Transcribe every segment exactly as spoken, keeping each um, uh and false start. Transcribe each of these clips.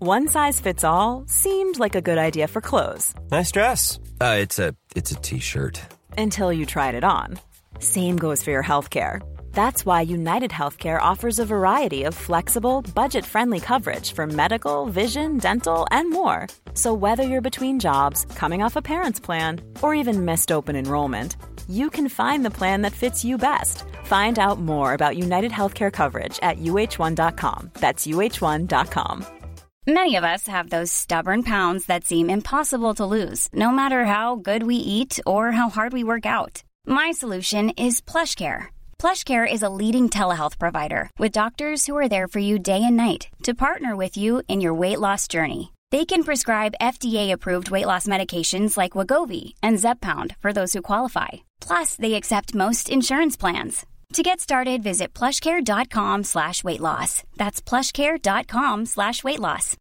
One size fits all seemed like a good idea for clothes. Nice dress. Uh, it's a it's a t-shirt. Until you tried it on. Same goes for your healthcare. That's why United Healthcare offers a variety of flexible, budget-friendly coverage for medical, vision, dental, and more. So whether you're between jobs, coming off a parent's plan, or even missed open enrollment, you can find the plan that fits you best. Find out more about United Healthcare coverage at U H one dot com. That's U H one dot com. Many of us have those stubborn pounds that seem impossible to lose, no matter how good we eat or how hard we work out. My solution is PlushCare. PlushCare is a leading telehealth provider with doctors who are there for you day and night to partner with you in your weight loss journey. They can prescribe F D A-approved weight loss medications like Wegovy and Zepbound for those who qualify. Plus, they accept most insurance plans. To get started, visit plushcare.com slash weight loss. That's plushcare.com slash weight loss.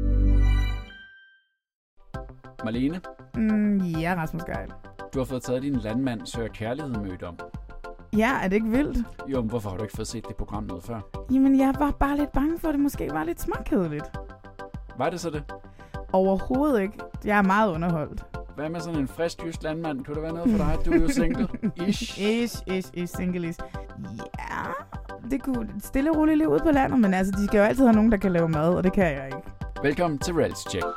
Marlene? Mm, ja, Rasmus Geil. Du har fået taget din landmand Søger Kærlighed mødt om. Ja, er det ikke vildt? Jo, men hvorfor har du ikke fået set det program noget før? Jamen, jeg var bare lidt bange for, at det måske var lidt småkedeligt. Var det så det? Overhovedet ikke. Jeg er meget underholdt. Hvad med sådan en frisk jysk landmand? Kunne det være noget for dig? Du er jo single. Ish. Ish, ish, ish, single ish. Ja, det kunne stille og roligt liv ud på landet, men altså, de skal jo altid have nogen, der kan lave mad, og det kan jeg ikke. Velkommen til Reality Check.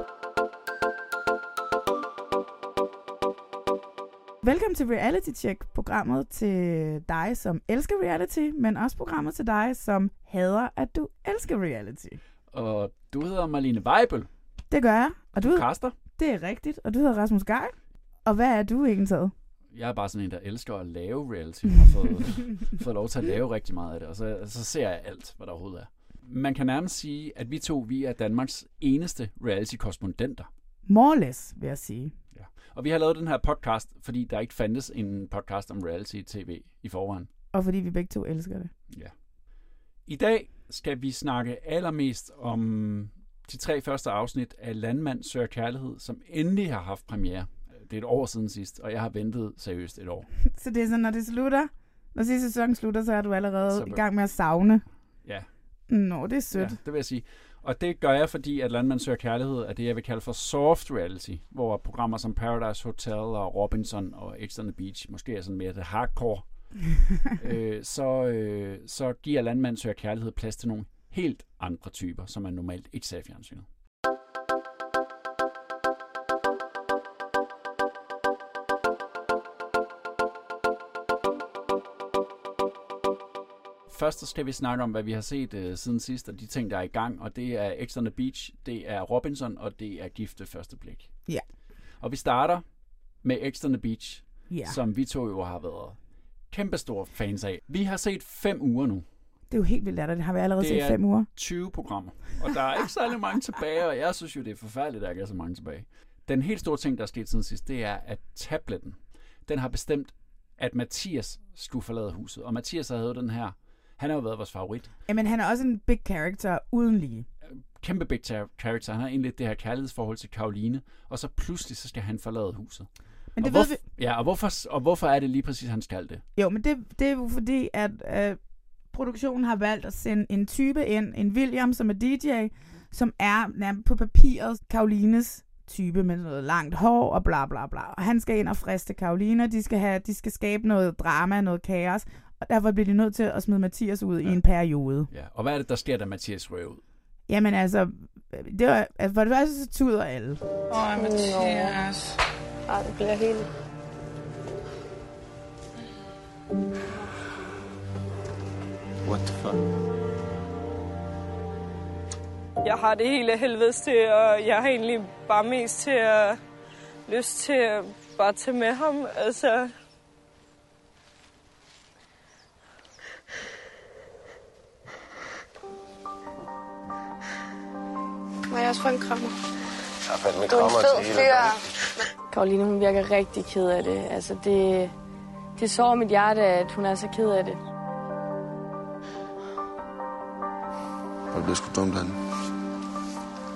Velkommen til Reality Check, programmet til dig, som elsker reality, men også programmet til dig, som hader, at du elsker reality. Og du hedder Marlene Weibel. Det gør jeg. Og du, du kaster. Det er rigtigt. Og du hedder Rasmus Geil. Og hvad er du egentlig? Jeg er bare sådan en, der elsker at lave reality. Jeg har fået, fået lov til at lave rigtig meget af det. Og så, så ser jeg alt, hvad der overhovedet er. Man kan nærmest sige, at vi to vi er Danmarks eneste reality-korrespondenter. More or less, vil jeg sige. Ja. Og vi har lavet den her podcast, fordi der ikke fandtes en podcast om reality-tv i forvejen. Og fordi vi begge to elsker det. Ja. I dag skal vi snakke allermest om de tre første afsnit af Landmand Søger Kærlighed, som endelig har haft premiere. Det er et år siden sidst, og jeg har ventet seriøst et år. Så det er sådan, når det slutter, når sidste sæson slutter, så er du allerede så... i gang med at savne. Ja. Nå, det er sødt. Ja, det vil jeg sige. Og det gør jeg, fordi at Landmand Søger Kærlighed er det, jeg vil kalde for soft reality, hvor programmer som Paradise Hotel og Robinson og Ex on the Beach måske er sådan mere det hardcore. øh, så, øh, så giver Landmand Søger Kærlighed plads til nogle helt andre typer, som man normalt ikke ser i fjernsynet. Først så skal vi snakke om, hvad vi har set uh, siden sidst, og de ting, der er i gang, og det er Ex on the Beach, det er Robinson, og det er Gift ved første blik. Ja. Og vi starter med Ex on the Beach, ja. som vi to jo har været kæmpestore fans af. Vi har set fem uger nu. Det er jo helt vildt, at det har vi allerede det set fem uger. tyve programmer, og der er ikke særlig mange tilbage, og jeg synes jo, det er forfærdeligt, at der ikke er så mange tilbage. Den helt store ting, der er sket siden sidst, det er, at tabletten, den har bestemt, at Mathias skulle forlade huset. Og Mathias havde jo den her, han har jo været vores favorit. Jamen, han er også en big character uden lige. Kæmpe big character. Han har egentlig det her kærlighedsforhold til Karoline, og så pludselig så skal han forlade huset. Men det og ved hvorfor, vi... Ja, og hvorfor, og hvorfor er det lige præcis, han skal det? Jo, men det, det er jo fordi, at øh, produktionen har valgt at sende en type ind, en William, som er D J, som er på papiret Karolines type med noget langt hår og bla bla bla. Og han skal ind og friste Karoline, de skal, have, de skal skabe noget drama, noget kaos, og derfor bliver de nødt til at smide Mathias ud ja. i en periode. Ja, og hvad er det, der sker, da Mathias rører ud? Jamen altså, det var, altså for det første så tuder alle. Åh, oh, Mathias. Ej, det bliver helt... What the fuck? Jeg har det hele helvedes til, og jeg har egentlig bare mest til at lyst til at bare tage med ham. Altså... Må jeg også få en krammer? Jeg har fandme krammer til hele dagen. Karoline, hun virker rigtig ked af det. Altså, det, det sår mit hjerte, at hun er så ked af det. Det bliver sgu dumt, han.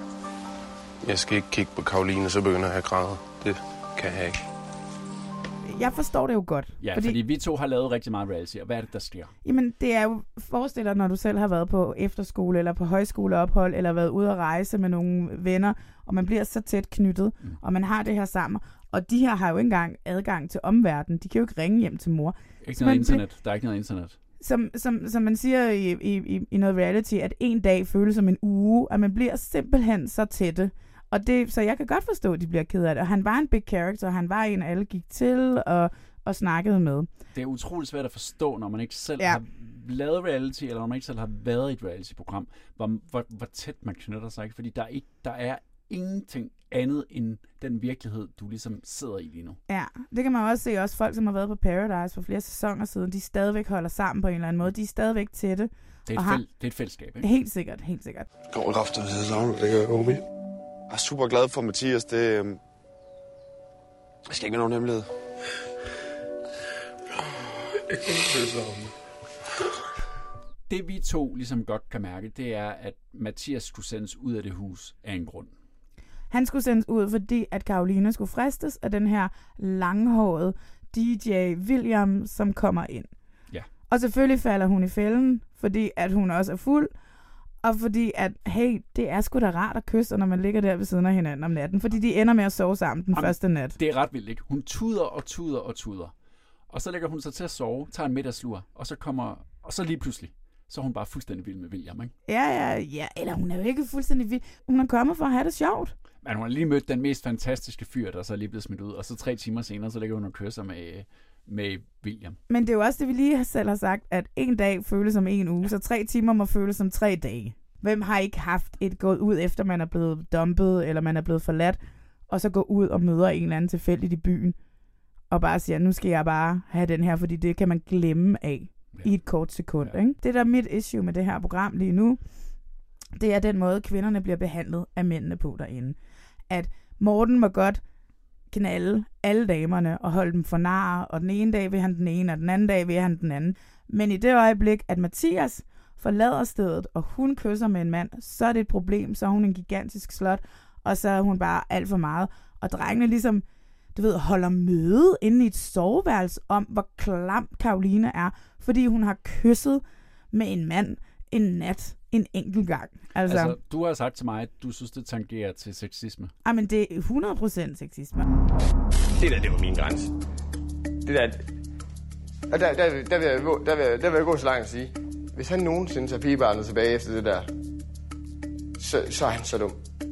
Jeg skal ikke kigge på Karoline, så begynder jeg at græde. Det kan jeg ikke. jeg forstår det jo godt. Ja, fordi, fordi vi to har lavet rigtig meget reality, og hvad er det, der sker? Jamen, det er jo, forestil dig, når du selv har været på efterskole, eller på højskoleophold, eller været ude at rejse med nogle venner, og man bliver så tæt knyttet, mm. og man har det her sammen, og de her har jo ikke engang adgang til omverdenen. De kan jo ikke ringe hjem til mor. Ikke noget internet. Bliver, der er ikke noget internet. Som, som, som man siger i, i, i noget reality, at en dag føles som en uge, at man bliver simpelthen så tætte. Og det, så jeg kan godt forstå, at de bliver ked af det. Og han var en big character, og han var en, alle gik til og, og snakkede med. Det er utroligt svært at forstå, når man ikke selv ja. har lavet reality, eller når man ikke selv har været i et reality-program, hvor, hvor, hvor tæt man knytter sig. Ikke? Fordi der er, ikke, der er ingenting andet end den virkelighed, du ligesom sidder i lige nu. Ja, det kan man også se. Også folk, som har været på Paradise for flere sæsoner siden, de stadigvæk holder sammen på en eller anden måde. De er stadigvæk tætte. Det er et, har... fæl- det er et fællesskab, ikke? Helt sikkert, helt sikkert. Går kraftigt, hvis jeg savner det, det gør jeg, homie. Jeg er super glad for Mathias. Det øh... jeg skal ikke med nogen hemmelighed. Det vi to ligesom godt kan mærke, det er, at Mathias skulle sendes ud af det hus af en grund. Han skulle sendes ud, fordi at Caroline skulle fristes af den her langhårede D J William, som kommer ind. Ja. Og selvfølgelig falder hun i fælden, fordi at hun også er fuld, og fordi at, hey, det er sgu da rart at kysse, når man ligger der ved siden af hinanden om natten, fordi de ender med at sove sammen den Jamen, første nat. Det er ret vildt, ikke? Hun tuder og tuder og tuder. Og så lægger hun sig til at sove, tager en middagslur, og så kommer, og så lige pludselig, så er hun bare fuldstændig vild med William, ikke? Ja, ja, ja. Eller hun er jo ikke fuldstændig vild. Hun er kommet for at have det sjovt. Men hun har lige mødt den mest fantastiske fyr, der så er lige blevet smidt ud. Og så tre timer senere, så ligger hun og kysser med, med William. Men det er jo også det, vi lige selv har sagt, at en dag føles som en uge, så tre timer må føles som tre dage. Hvem har ikke haft et gået ud, efter man er blevet dumpet, eller man er blevet forladt, og så gå ud og møder en eller anden tilfældigt i byen, og bare siger, nu skal jeg bare have den her, fordi det kan man glemme af. Ja. I et kort sekund. Ja. Ikke? Det, der er mit issue med det her program lige nu, det er den måde, kvinderne bliver behandlet af mændene på derinde. At Morten må godt knalde alle damerne og holde dem for nar, og den ene dag vil han den ene, og den anden dag vil han den anden. Men i det øjeblik, at Mathias forlader stedet, og hun kysser med en mand, så er det et problem, så er hun en gigantisk slot, og så er hun bare alt for meget. Og drengene ligesom, du ved, holder møde inde i et soveværelse om, hvor klam Caroline er, fordi hun har kysset med en mand en nat en enkelt gang. Altså, altså du har sagt til mig, at du synes, det tangerer til sexisme. Ej, men det er hundrede procent sexisme. Det der, det var min grænse. Det der, der, der, der, der, vil jeg, der, vil jeg, der vil jeg gå så langt at sige, hvis han nogensinde tager pigebarnet tilbage efter det der, så, så er han så dum.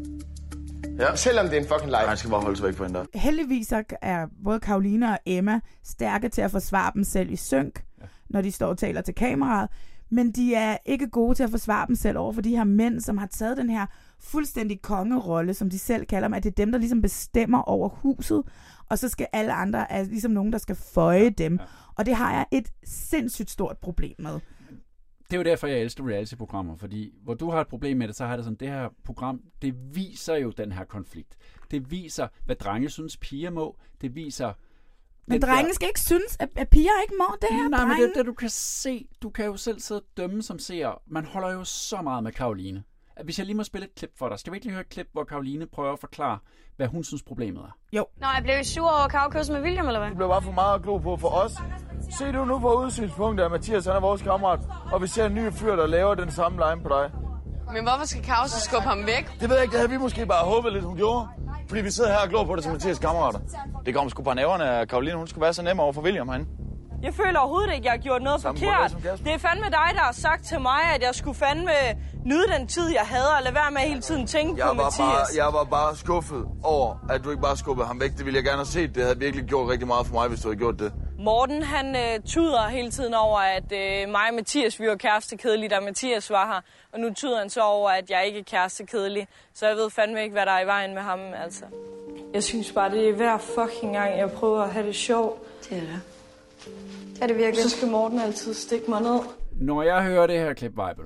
Ja. Selvom det er en fucking leg. Han skal bare holde sig væk fra hende der. Heldigvis er både Caroline og Emma stærke til at forsvare dem selv i synk, ja. Når de står og taler til kameraet. Men de er ikke gode til at forsvare dem selv over for de her mænd, som har taget den her fuldstændig kongerolle, som de selv kalder dem, at det er dem, der ligesom bestemmer over huset, og så skal alle andre er ligesom nogen, der skal føje dem. Ja. Og det har jeg et sindssygt stort problem med. Det er jo derfor, jeg elsker reality-programmer, fordi hvor du har et problem med det, så har det sådan, det her program, det viser jo den her konflikt. Det viser, hvad drenge synes, piger må. Det viser... Men drenge der... skal ikke synes, at, at piger ikke må det her, Nej, drenge. men det er det, du kan se. Du kan jo selv sidde og dømme som seer. Man holder jo så meget med Caroline. At hvis jeg lige må spille et klip for dig, skal vi ikke lige høre et klip, hvor Caroline prøver at forklare, hvad hun synes problemet er? Jo. Nå, jeg blev sur over kavkørsel med William, eller hvad? Du blev bare for meget at glo på for os. Se du nu på udsynspunktet, at Mathias han er vores kammerat, og vi ser en ny fyr, der laver den samme line på dig. Men hvorfor skal Kav så skubbe ham væk? Det ved jeg ikke, det havde vi måske bare håbet lidt, hun gjorde. Fordi vi sidder her og glor på det som Mathias kammerater. Det går sgu på nerverne, at Caroline hun skulle være så nem over for William herinde. Jeg føler overhovedet ikke, at jeg har gjort noget Samme forkert. Det er fandme dig, der har sagt til mig, at jeg skulle fandme nyde den tid, jeg havde, og lade være med at hele tiden tænke jeg på var Mathias. Bare, jeg var bare skuffet over, at du ikke bare skubbede ham væk. Det ville jeg gerne have set. Det havde virkelig gjort rigtig meget for mig, hvis du havde gjort det. Morten, han øh, tuder hele tiden over, at øh, mig og Mathias, vi var kærestekedelige, da Mathias var her. Og nu tuder han så over, at jeg ikke er kærestekedelig. Så jeg ved fandme ikke, hvad der er i vejen med ham, altså. Jeg synes bare, det er hver fucking gang, jeg prøver at have det sjovt. Det er det. Det er det virkelig. Så skal Morten altid stikke mig ned. Når jeg hører det her klip, Bible,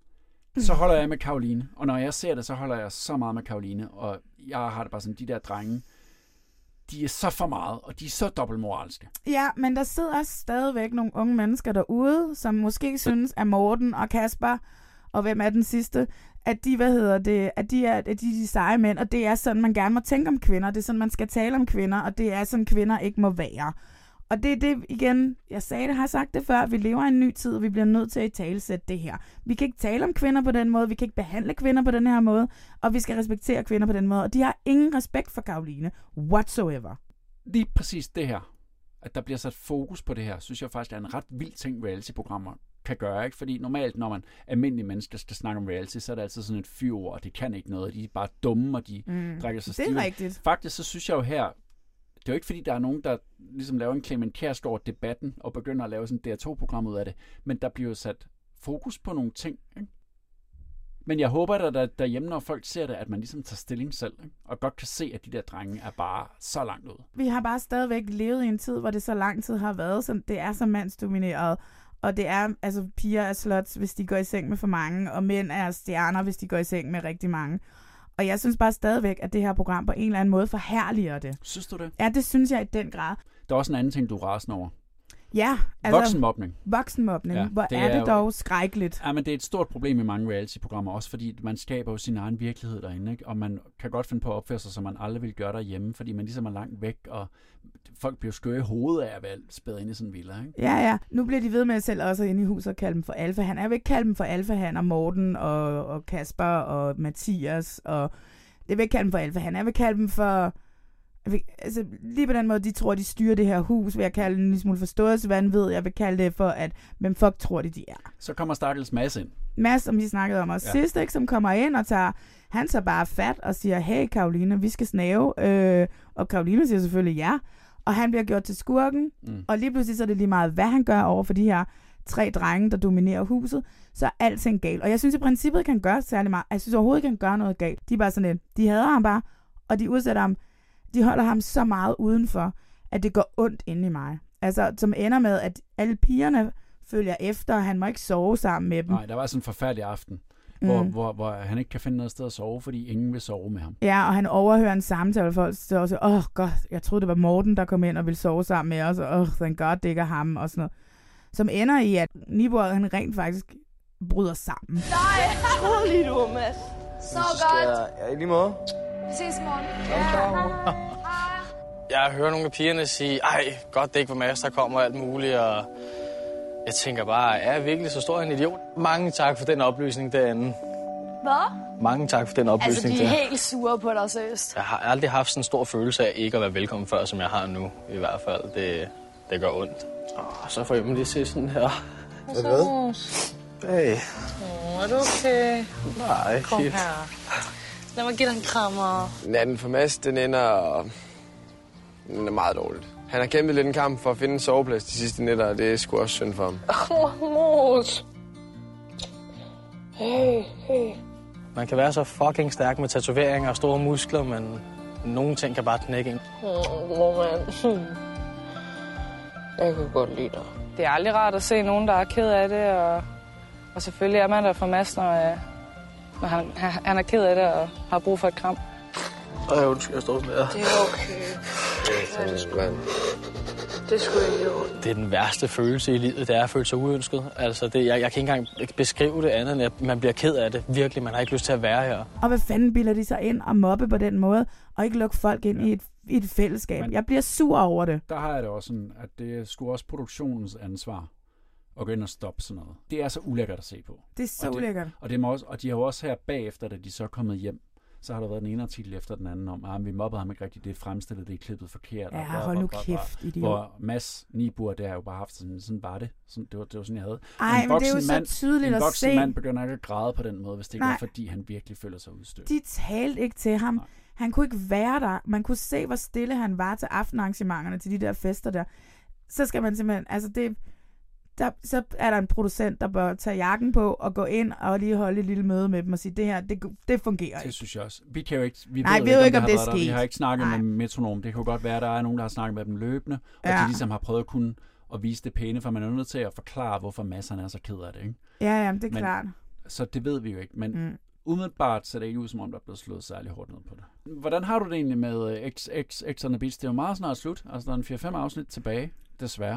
så holder jeg med Caroline. Og når jeg ser det, så holder jeg så meget med Caroline. Og jeg har det bare sådan, de der drenge, de er så for meget, og de er så dobbeltmoralske. Ja, men der sidder også stadigvæk nogle unge mennesker derude, som måske synes, at Morten og Kasper, og hvem er den sidste, at de, hvad hedder det, at de er, at de, er de seje mænd, og det er sådan, man gerne må tænke om kvinder. Det er sådan, man skal tale om kvinder, og det er sådan, kvinder ikke må være. Og det er det, igen, jeg sagde det, har sagt det før, vi lever i en ny tid, og vi bliver nødt til at italesætte det her. Vi kan ikke tale om kvinder på den måde, vi kan ikke behandle kvinder på den her måde, og vi skal respektere kvinder på den måde, og de har ingen respekt for Caroline, whatsoever. Lige præcis det her, at der bliver sat fokus på det her, synes jeg faktisk er en ret vild ting, reality-programmer kan gøre, ikke? Fordi normalt, når man almindelige mennesker skal snakke om reality, så er det altid sådan et fyrord, og det kan ikke noget, de er bare dumme, og de mm, drikker sig stive. Det er rigtigt. Faktisk, så synes jeg jo her, det er jo ikke fordi, der er nogen, der ligesom laver en Clement Kjærsgaard debatten, og begynder at lave sådan et D R to-program ud af det, men der bliver jo sat fokus på nogle ting, ikke? Men jeg håber, at der, derhjemme, når folk ser det, at man ligesom tager stilling selv, ikke? Og godt kan se, at de der drenge er bare så langt ud. Vi har bare stadigvæk levet i en tid, hvor det så lang tid har været, så det er så mandsdomineret. Og det er, altså piger er sluts, hvis de går i seng med for mange, og mænd er stjerner, hvis de går i seng med rigtig mange. Og jeg synes bare stadigvæk, at det her program på en eller anden måde forherliger det. Synes du det? Ja, det synes jeg i den grad. Der er også en anden ting, du er rasende over. Ja, altså... Voksenmobning. Voksenmobning. Ja, hvor det er, er det dog skrækkeligt. Ja, men det er et stort problem i mange reality-programmer, også fordi man skaber jo sin egen virkelighed derinde, ikke? Og man kan godt finde på at opføre sig, som man aldrig ville gøre derhjemme, fordi man ligesom er langt væk, og folk bliver skøre i hovedet af at være spædet ind i sådan en villa, ikke? Ja, ja. Nu bliver de ved med at selv også inde i huset og kalde dem for alfahan. Jeg vil ikke kalde dem for alfahan og Morten og, og Kasper og Mathias, og det vil ikke kalde dem for alfahan. Jeg vil kalde dem for... Vil, altså, lige på den måde, de tror, de styrer det her hus, vil jeg kalde det en lille smule forståelsesvanvid. Jeg vil kalde det for, at hvem fuck tror de, de er. Så kommer stakkels Mads ind. Mads, som vi snakkede om os ja. sidst, ikke, som kommer ind og tager, han tager bare fat og siger, hey Caroline, vi skal snave. Øh, og Caroline siger selvfølgelig ja. Og han bliver gjort til skurken. Mm. Og lige pludselig så er det lige meget, hvad han gør over for de her tre drenge, der dominerer huset. Så er alting galt. Og jeg synes i princippet, kan gøre særlig meget. Jeg synes overhovedet, kan gøre noget galt. De er bare sådan lidt, de hader ham bare, og de udsætter ham. De holder ham så meget udenfor, at det går ondt inde i mig. Altså, som ender med, at alle pigerne følger efter, og han må ikke sove sammen med dem. Nej, der var sådan en forfærdelig aften, mm. hvor, hvor, hvor han ikke kan finde noget sted at sove, fordi ingen vil sove med ham. Ja, og han overhører en samtale, hvor folk står og siger, åh oh, god, jeg troede, det var Morten, der kom ind og ville sove sammen med os, og åh, oh, thank god, det ikke er ham, og sådan noget. Som ender i, at Niborg, han rent faktisk bryder sammen. Nej, jeg troede lige, du var Mads. Så godt. Ja, i lige måde. Vi ses i morgen. Ja. Jeg hører nogle af pigerne sige, ej, godt det ikke var Mads, der kommer alt muligt, og jeg tænker bare, er jeg virkelig så stor en idiot? Mange tak for den oplysning derinde. Hvad? Mange tak for den oplysning Altså, de er der. helt sure på dig, seriøst. Jeg har aldrig haft sådan en stor følelse af ikke at være velkommen før, som jeg har nu, i hvert fald. Det, det gør ondt. Og så får jeg mig lige se sådan her. Hvad hvad? Hey. Oh, er du okay? Nej, kom her. Lad mig give dig en krammer. Natten for Mads, den ender... Den er meget dårligt. Han har kæmpet lidt en kamp for at finde en soveplads de sidste nætter, og det er sgu også synd for ham. Åh, oh, mos. Hey, hey. Man kan være så fucking stærk med tatoveringer og store muskler, men nogle ting kan bare knække ind. Åh, oh, mand. Jeg kan godt lide dig. Det er aldrig rart at se nogen, der er ked af det, og, og selvfølgelig er man der for Mads, når, når han, han er ked af det og har brug for et kram. Ej, undskyld, jeg står med. Det er okay. Det er sgu godt. Det er sgu ikke ondt. Det er den værste følelse i livet, det er at føle sig uønsket. Altså, det, jeg, jeg kan ikke engang beskrive det andet, end at man bliver ked af det. Virkelig, man har ikke lyst til at være her. Og hvad fanden bilder de sig ind og mobbe på den måde, og ikke lukke folk ind ja. i, et, i et fællesskab? Men jeg bliver sur over det. Der har jeg det også sådan, at det er sgu også produktionens ansvar at gå ind og stoppe sådan noget. Det er så ulækkert at se på. Det er så og det, ulækkert. Og, det må også, og de har jo også her bagefter, da de så er kommet hjem, så har der været den ene artikel efter den anden om, at vi mobbede ham ikke rigtigt, det er fremstillet, det er klippet forkert. Ja, hold nu kæft, idiot. Hvor Mads Nibur, der har jo bare haft sådan, sådan var det. Sådan, det, var, det var sådan, jeg havde. Ej, men det er jo mand, så tydeligt at se. En voksen mand begynder ikke at græde på den måde, hvis det ikke Nej. er, fordi han virkelig føler sig udstødt. De talte ikke til ham. Nej. Han kunne ikke være der. Man kunne se, hvor stille han var til aftenarrangementerne, til de der fester der. Så skal man simpelthen, altså det... Der, så er der en producent, der bør tage jakken på og gå ind og lige holde et lille møde med dem og sige, det her, det, det fungerer ikke. Det synes jeg også. Vi kan jo ikke, vi Nej, ved vi ved ikke, om, om det er er sket. Vi har ikke snakket Nej. med Metronom. Det kunne godt være, at der er nogen, der har snakket med dem løbende, og ja. de ligesom har prøvet at kunne at vise det pæne, for man er nødt til at forklare, hvorfor Mads han er så ked af det. Ikke? Ja, ja, det er men, klart. Så det ved vi jo ikke, men mm. umiddelbart ser det ikke ud, som om der er blevet slået særlig hårdt ned på det. Hvordan har du det egentlig med X X X on the Beach? Det er jo meget snart slut. Altså, der er en fire fem afsnit tilbage, desværre.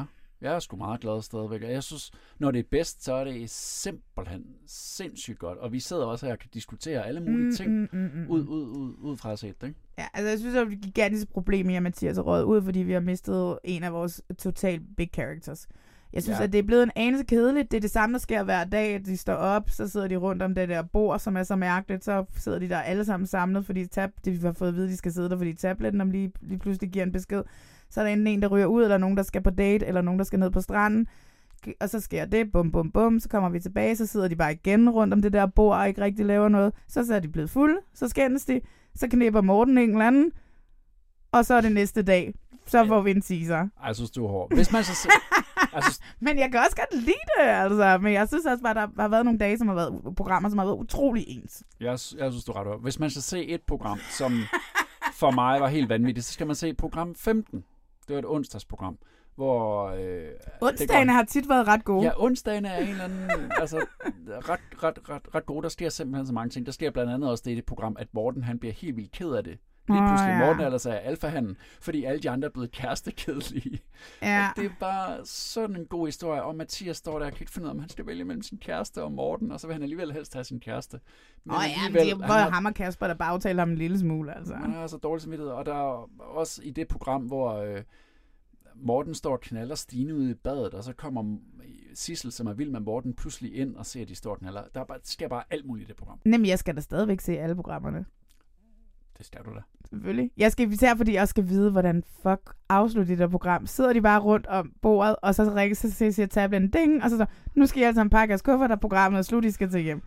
Jeg er sgu meget glad stadigvæk. Jeg synes, når det er bedst, så er det simpelthen sindssygt godt. Og vi sidder også her og kan diskutere alle mulige Mm, ting mm, mm, mm. ud, ud, ud, ud fra at se det, ikke? Ja, altså jeg synes, at det er et gigantisk problem i, at Mathias er røget ud, fordi vi har mistet en af vores total big characters. Jeg synes, Ja. at det er blevet en anelse kedeligt. Det er det samme, der sker hver dag. De står op, så sidder de rundt om det der bord, som er så mærkeligt. Så sidder de der alle sammen samlet, fordi tab, de har fået at vide, at de skal sidde der, fordi tabletten om lige, lige pludselig giver en besked. Så er der enten en, der ryger ud, eller nogen, der skal på date, eller nogen, der skal ned på stranden. Og så sker det, bum, bum, bum, så kommer vi tilbage, så sidder de bare igen rundt om det der bord, og ikke rigtig laver noget. Så, så er de blevet fulde, så skændes de, så knæpper Morten en eller anden, og så er det næste dag. Så får vi en teaser. Ej, jeg synes, du er hård. Hvis man så... se- altså, Men jeg kan også godt lide det, altså. Men jeg synes også bare, der har været nogle dage, som har været programmer, som har været utrolig ens. jeg, jeg synes, du er ret hård. Hvis man skal se et program, som for mig var helt vanvittigt, så skal man se program femten. Det var et onsdagsprogram, hvor... Øh, Onsdagene har tit været ret gode. Ja, onsdagene er en eller anden... altså, ret, ret, ret, ret gode. Der sker simpelthen så mange ting. Der sker blandt andet også det i det program, at Morten, han bliver helt vildt ked af det. Lige Åh, pludselig, ja. Morten er altså alfahanden, fordi alle de andre er blevet kærestekedelige. Ja. Og det er bare sådan en god historie, og Mathias står der og kan ikke finde ud af, om han skal vælge mellem sin kæreste og Morten, og så vil han alligevel helst have sin kæreste. Åh oh, ja, men det var han ham og Kasper, der bare aftalte ham en lille smule, altså. Han har så dårlig samvittighed, og der er også i det program, hvor øh, Morten står og knaller Stine ude i badet, og så kommer Sissel, som er vild med Morten, pludselig ind og ser, at de står og knaller. Der er bare, sker bare alt muligt i det program. Jamen, jeg skal da stadigvæk se alle programmerne. Det skal du da. Selvfølgelig. Jeg skal især, fordi jeg skal vide, hvordan fuck afslutter det der program. Sidder de bare rundt om bordet, og så ringer så siger tablen ding, og så så, nu skal jeg altså pakke jeres kuffert, der programmet er slut, I skal til hjem.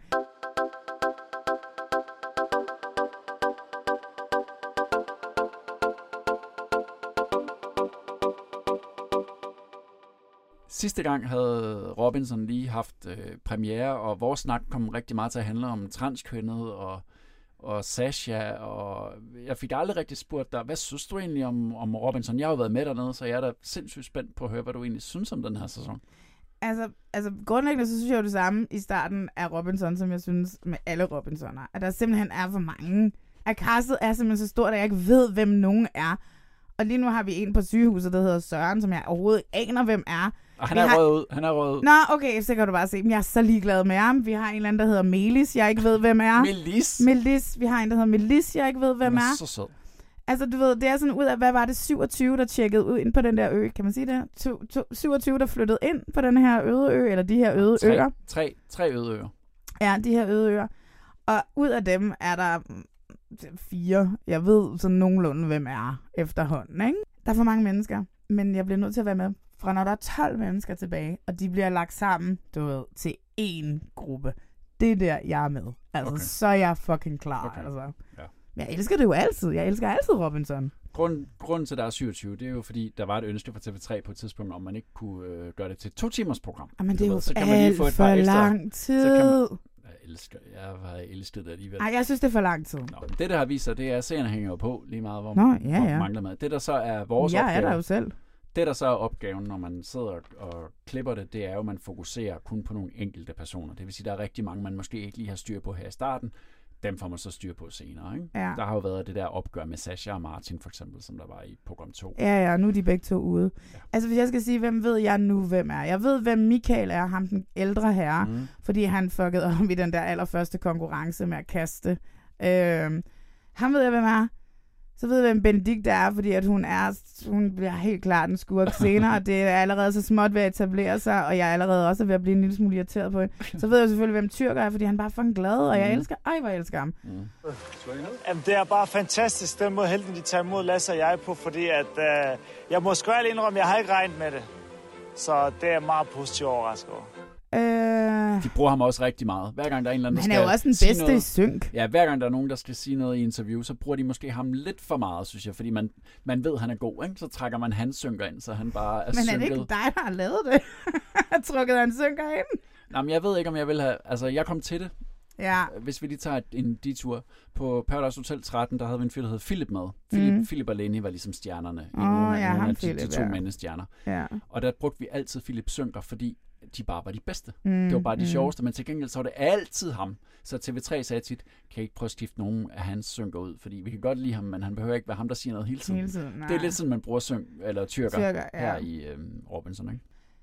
Sidste gang havde Robinson lige haft øh, premiere, og vores snak kom rigtig meget til at handle om transkønnet og, og Sasha, og jeg fik aldrig rigtig spurgt dig, hvad synes du egentlig om, om Robinson? Jeg har jo været med dernede, så jeg er da sindssygt spændt på at høre, hvad du egentlig synes om den her sæson. Altså, altså grundlæggende, så synes jeg jo det samme i starten af Robinson, som jeg synes med alle Robinsoner. At der simpelthen er for mange. At castet er simpelthen så stort, at jeg ikke ved, hvem nogen er. Og lige nu har vi en på sygehuset, der hedder Søren, som jeg overhovedet ikke aner, hvem er. Og han Vi er har... røget ud. Han er røget ud. Nå, okay, så kan du bare se. Men jeg er så ligeglad med ham. Vi har en eller anden, der hedder Melis, jeg ikke ved, hvem er. Melis? Melis. Vi har en, der hedder Melis, jeg ikke ved, hvem Han er. er så sød. Altså, du ved, det er sådan ud af, hvad var det, syvogtyve, der tjekkede ud ind på den der ø, kan man sige det? To, to, syvogtyve, der flyttede ind på den her øde ø, eller de her øde Tre, øer. tre, tre øde øer. Ja, de her øde øer. Og ud af dem er der mm, fire, jeg ved sådan nogenlunde, hvem er efterhånden, ikke? Der er for mange mennesker, men jeg bliver nødt til at være med, fra når der er tolv mennesker tilbage, og de bliver lagt sammen, du ved, til én gruppe. Det er der, jeg er med. Altså, Okay. så er jeg fucking klar, Okay. altså. Ja. Men jeg elsker det jo altid. Jeg elsker altid Robinson. Grund, grunden til, at der er syvogtyve, det er jo fordi, der var et ønske fra T V tre på et tidspunkt, om man ikke kunne øh, gøre det til et to timers program. Jamen, det er jo så kan man lige få et alt par for ekstra, lang tid. Så kan man, jeg elsker, jeg var elsket det alligevel. Ej, jeg synes, det er for lang tid. Nå, det, der har vist sig, det er, at serien hænger jo på lige meget, hvor Nå, man ja, ja. mangler med. Det, der så er vores Jeg opgave... er der jo selv. Det, der så er opgaven, når man sidder og klipper det, det er jo, at man fokuserer kun på nogle enkelte personer. Det vil sige, at der er rigtig mange, man måske ikke lige har styr på her i starten. Dem får man så styr på senere, ikke? Ja. Der har jo været det der opgør med Sasha og Martin, for eksempel, som der var i program to. Ja, ja, nu er de begge to ude. Ja. Altså, hvis jeg skal sige, hvem ved jeg nu, hvem er? Jeg ved, hvem Michael er, ham den ældre herre, mm. fordi han fuckede op i den der allerførste konkurrence med at kaste. Øh, han ved jeg, hvem er. Så ved jeg, hvem Benedikt er, fordi at hun er, hun bliver helt klart en skurk senere, og det er allerede så småt ved at etablere sig, og jeg er allerede også ved at blive en lille smule irriteret på hende. Så ved jeg selvfølgelig, hvem Tyrker er, fordi han bare er fucking glad, og jeg elsker, ej, hvor jeg elsker ham. Mm. Jamen, det er bare fantastisk, den måde helten, de tager imod Lasse og jeg på, fordi at, øh, jeg må sgu ærligt indrømme, jeg har ikke regnet med det. Så det er meget positivt overrasket over. Øh... De bruger ham også rigtig meget. Hver gang der er en eller anden, han der er jo også den bedste noget, i synk. Ja, hver gang der er nogen, der skal sige noget i interview, så bruger de måske ham lidt for meget, synes jeg. Fordi man, man ved, han er god, ikke? Så trækker man hans synker ind, så han bare er Men er synket. det ikke dig, der har lavet det? Har trukket hans synker ind? Nå, men jeg ved ikke, om jeg vil have... Altså, jeg kom til det. Ja. Hvis vi lige tager en detur. På Paradise Hotel tretten, der havde vi en fyr, der hed Philip med. Philip, mm. Philip og Lenny var ligesom stjernerne. Åh, i nogle, ja, nogle ham af de, Philip, de to ja. mandestjerner. Ja. Og der brugte vi altid Philip synker, fordi de bare var de bedste. Mm, det var bare de mm. sjoveste, men til gengæld så var det altid ham. Så T V tre sagde tit, kan I ikke prøve at skifte nogen af hans synker ud, fordi vi kan godt lide ham, men han behøver ikke være ham, der siger noget hele tiden. Hele tiden, det er lidt sådan, man bruger synk, eller tyrker, Tyrker, ja. her i øhm, Robinson, ikke?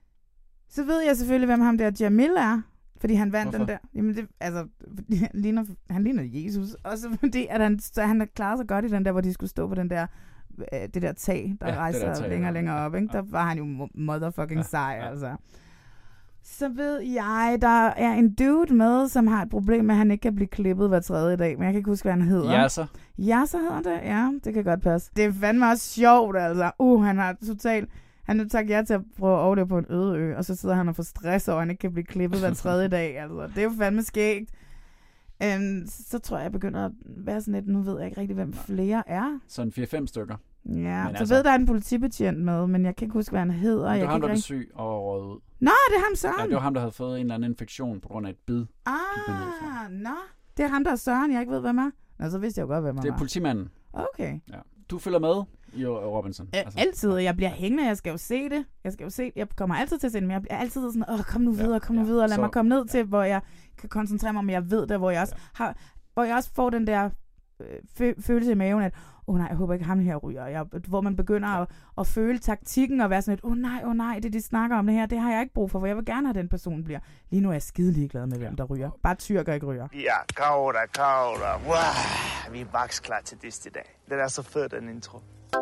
Så ved jeg selvfølgelig, hvem ham der Jamil er. Fordi han vandt Hvorfor? den der. Jamen det, altså, han ligner, han ligner Jesus. Også fordi, at han, så han klarede sig godt i den der, hvor de skulle stå på den der, det der tag, der ja, rejser der tag, længere og længere op. Ikke? Ja. Der var han jo motherfucking ja, sej, ja. altså. Så ved jeg, der er en dude med, som har et problem med, at han ikke kan blive klippet hver tredje dag. Men jeg kan ikke huske, hvad han hedder. Yasser. Yasser hedder det, ja. Det kan godt passe. Det er fandme også sjovt, altså. Uh, han har totalt... Han har sagt ja til at prøve at overleve på en øde ø, og så sidder han og får stress over, at han ikke kan blive klippet hver tredje dag. Altså, det er jo fandme skægt. Um, så tror jeg, jeg begynder at være sådan lidt, nu ved jeg ikke rigtig, hvem flere er. Sådan fire fem stykker. Ja, men så altså, ved der er en politibetjent med, men jeg kan ikke huske, hvad han hedder. Det var jeg ham, der blev syg og røget ud. Nå, det er ham Søren. Ja, det var ham, der havde fået en eller anden infektion på grund af et bid. Ah, nå. Det er ham, der er Søren, jeg ikke ved, hvem er. Nå, så vidste jeg jo godt, hvem er. Det er politimanden. Okay. Ja. Du følger med i Robinson? Æ, altså. Altid. Jeg bliver hængende. Jeg skal jo se det. Jeg skal jo se Jeg kommer altid til at se det, men jeg bliver altid sådan, åh, kom nu videre, kom nu ja, videre. Lad så, mig komme ned til, hvor jeg kan koncentrere mig, men jeg ved det, hvor jeg også, ja. har, hvor jeg også får den der øh, følelse i maven, at åh oh, nej, jeg håber ikke ham her ryger. Jeg, hvor man begynder ja. at, at føle taktikken og være sådan et, åh oh, nej, åh oh, nej, det de snakker om det her, det har jeg ikke brug for, for jeg vil gerne have, den person bliver. Lige nu er jeg skide ligeglad med, hvem der ryger. Bare tyrker ikke ryger. Ja, kaura, kaura. Wow, vi er vaks klar til det i dag. Det er så fedt, den intro.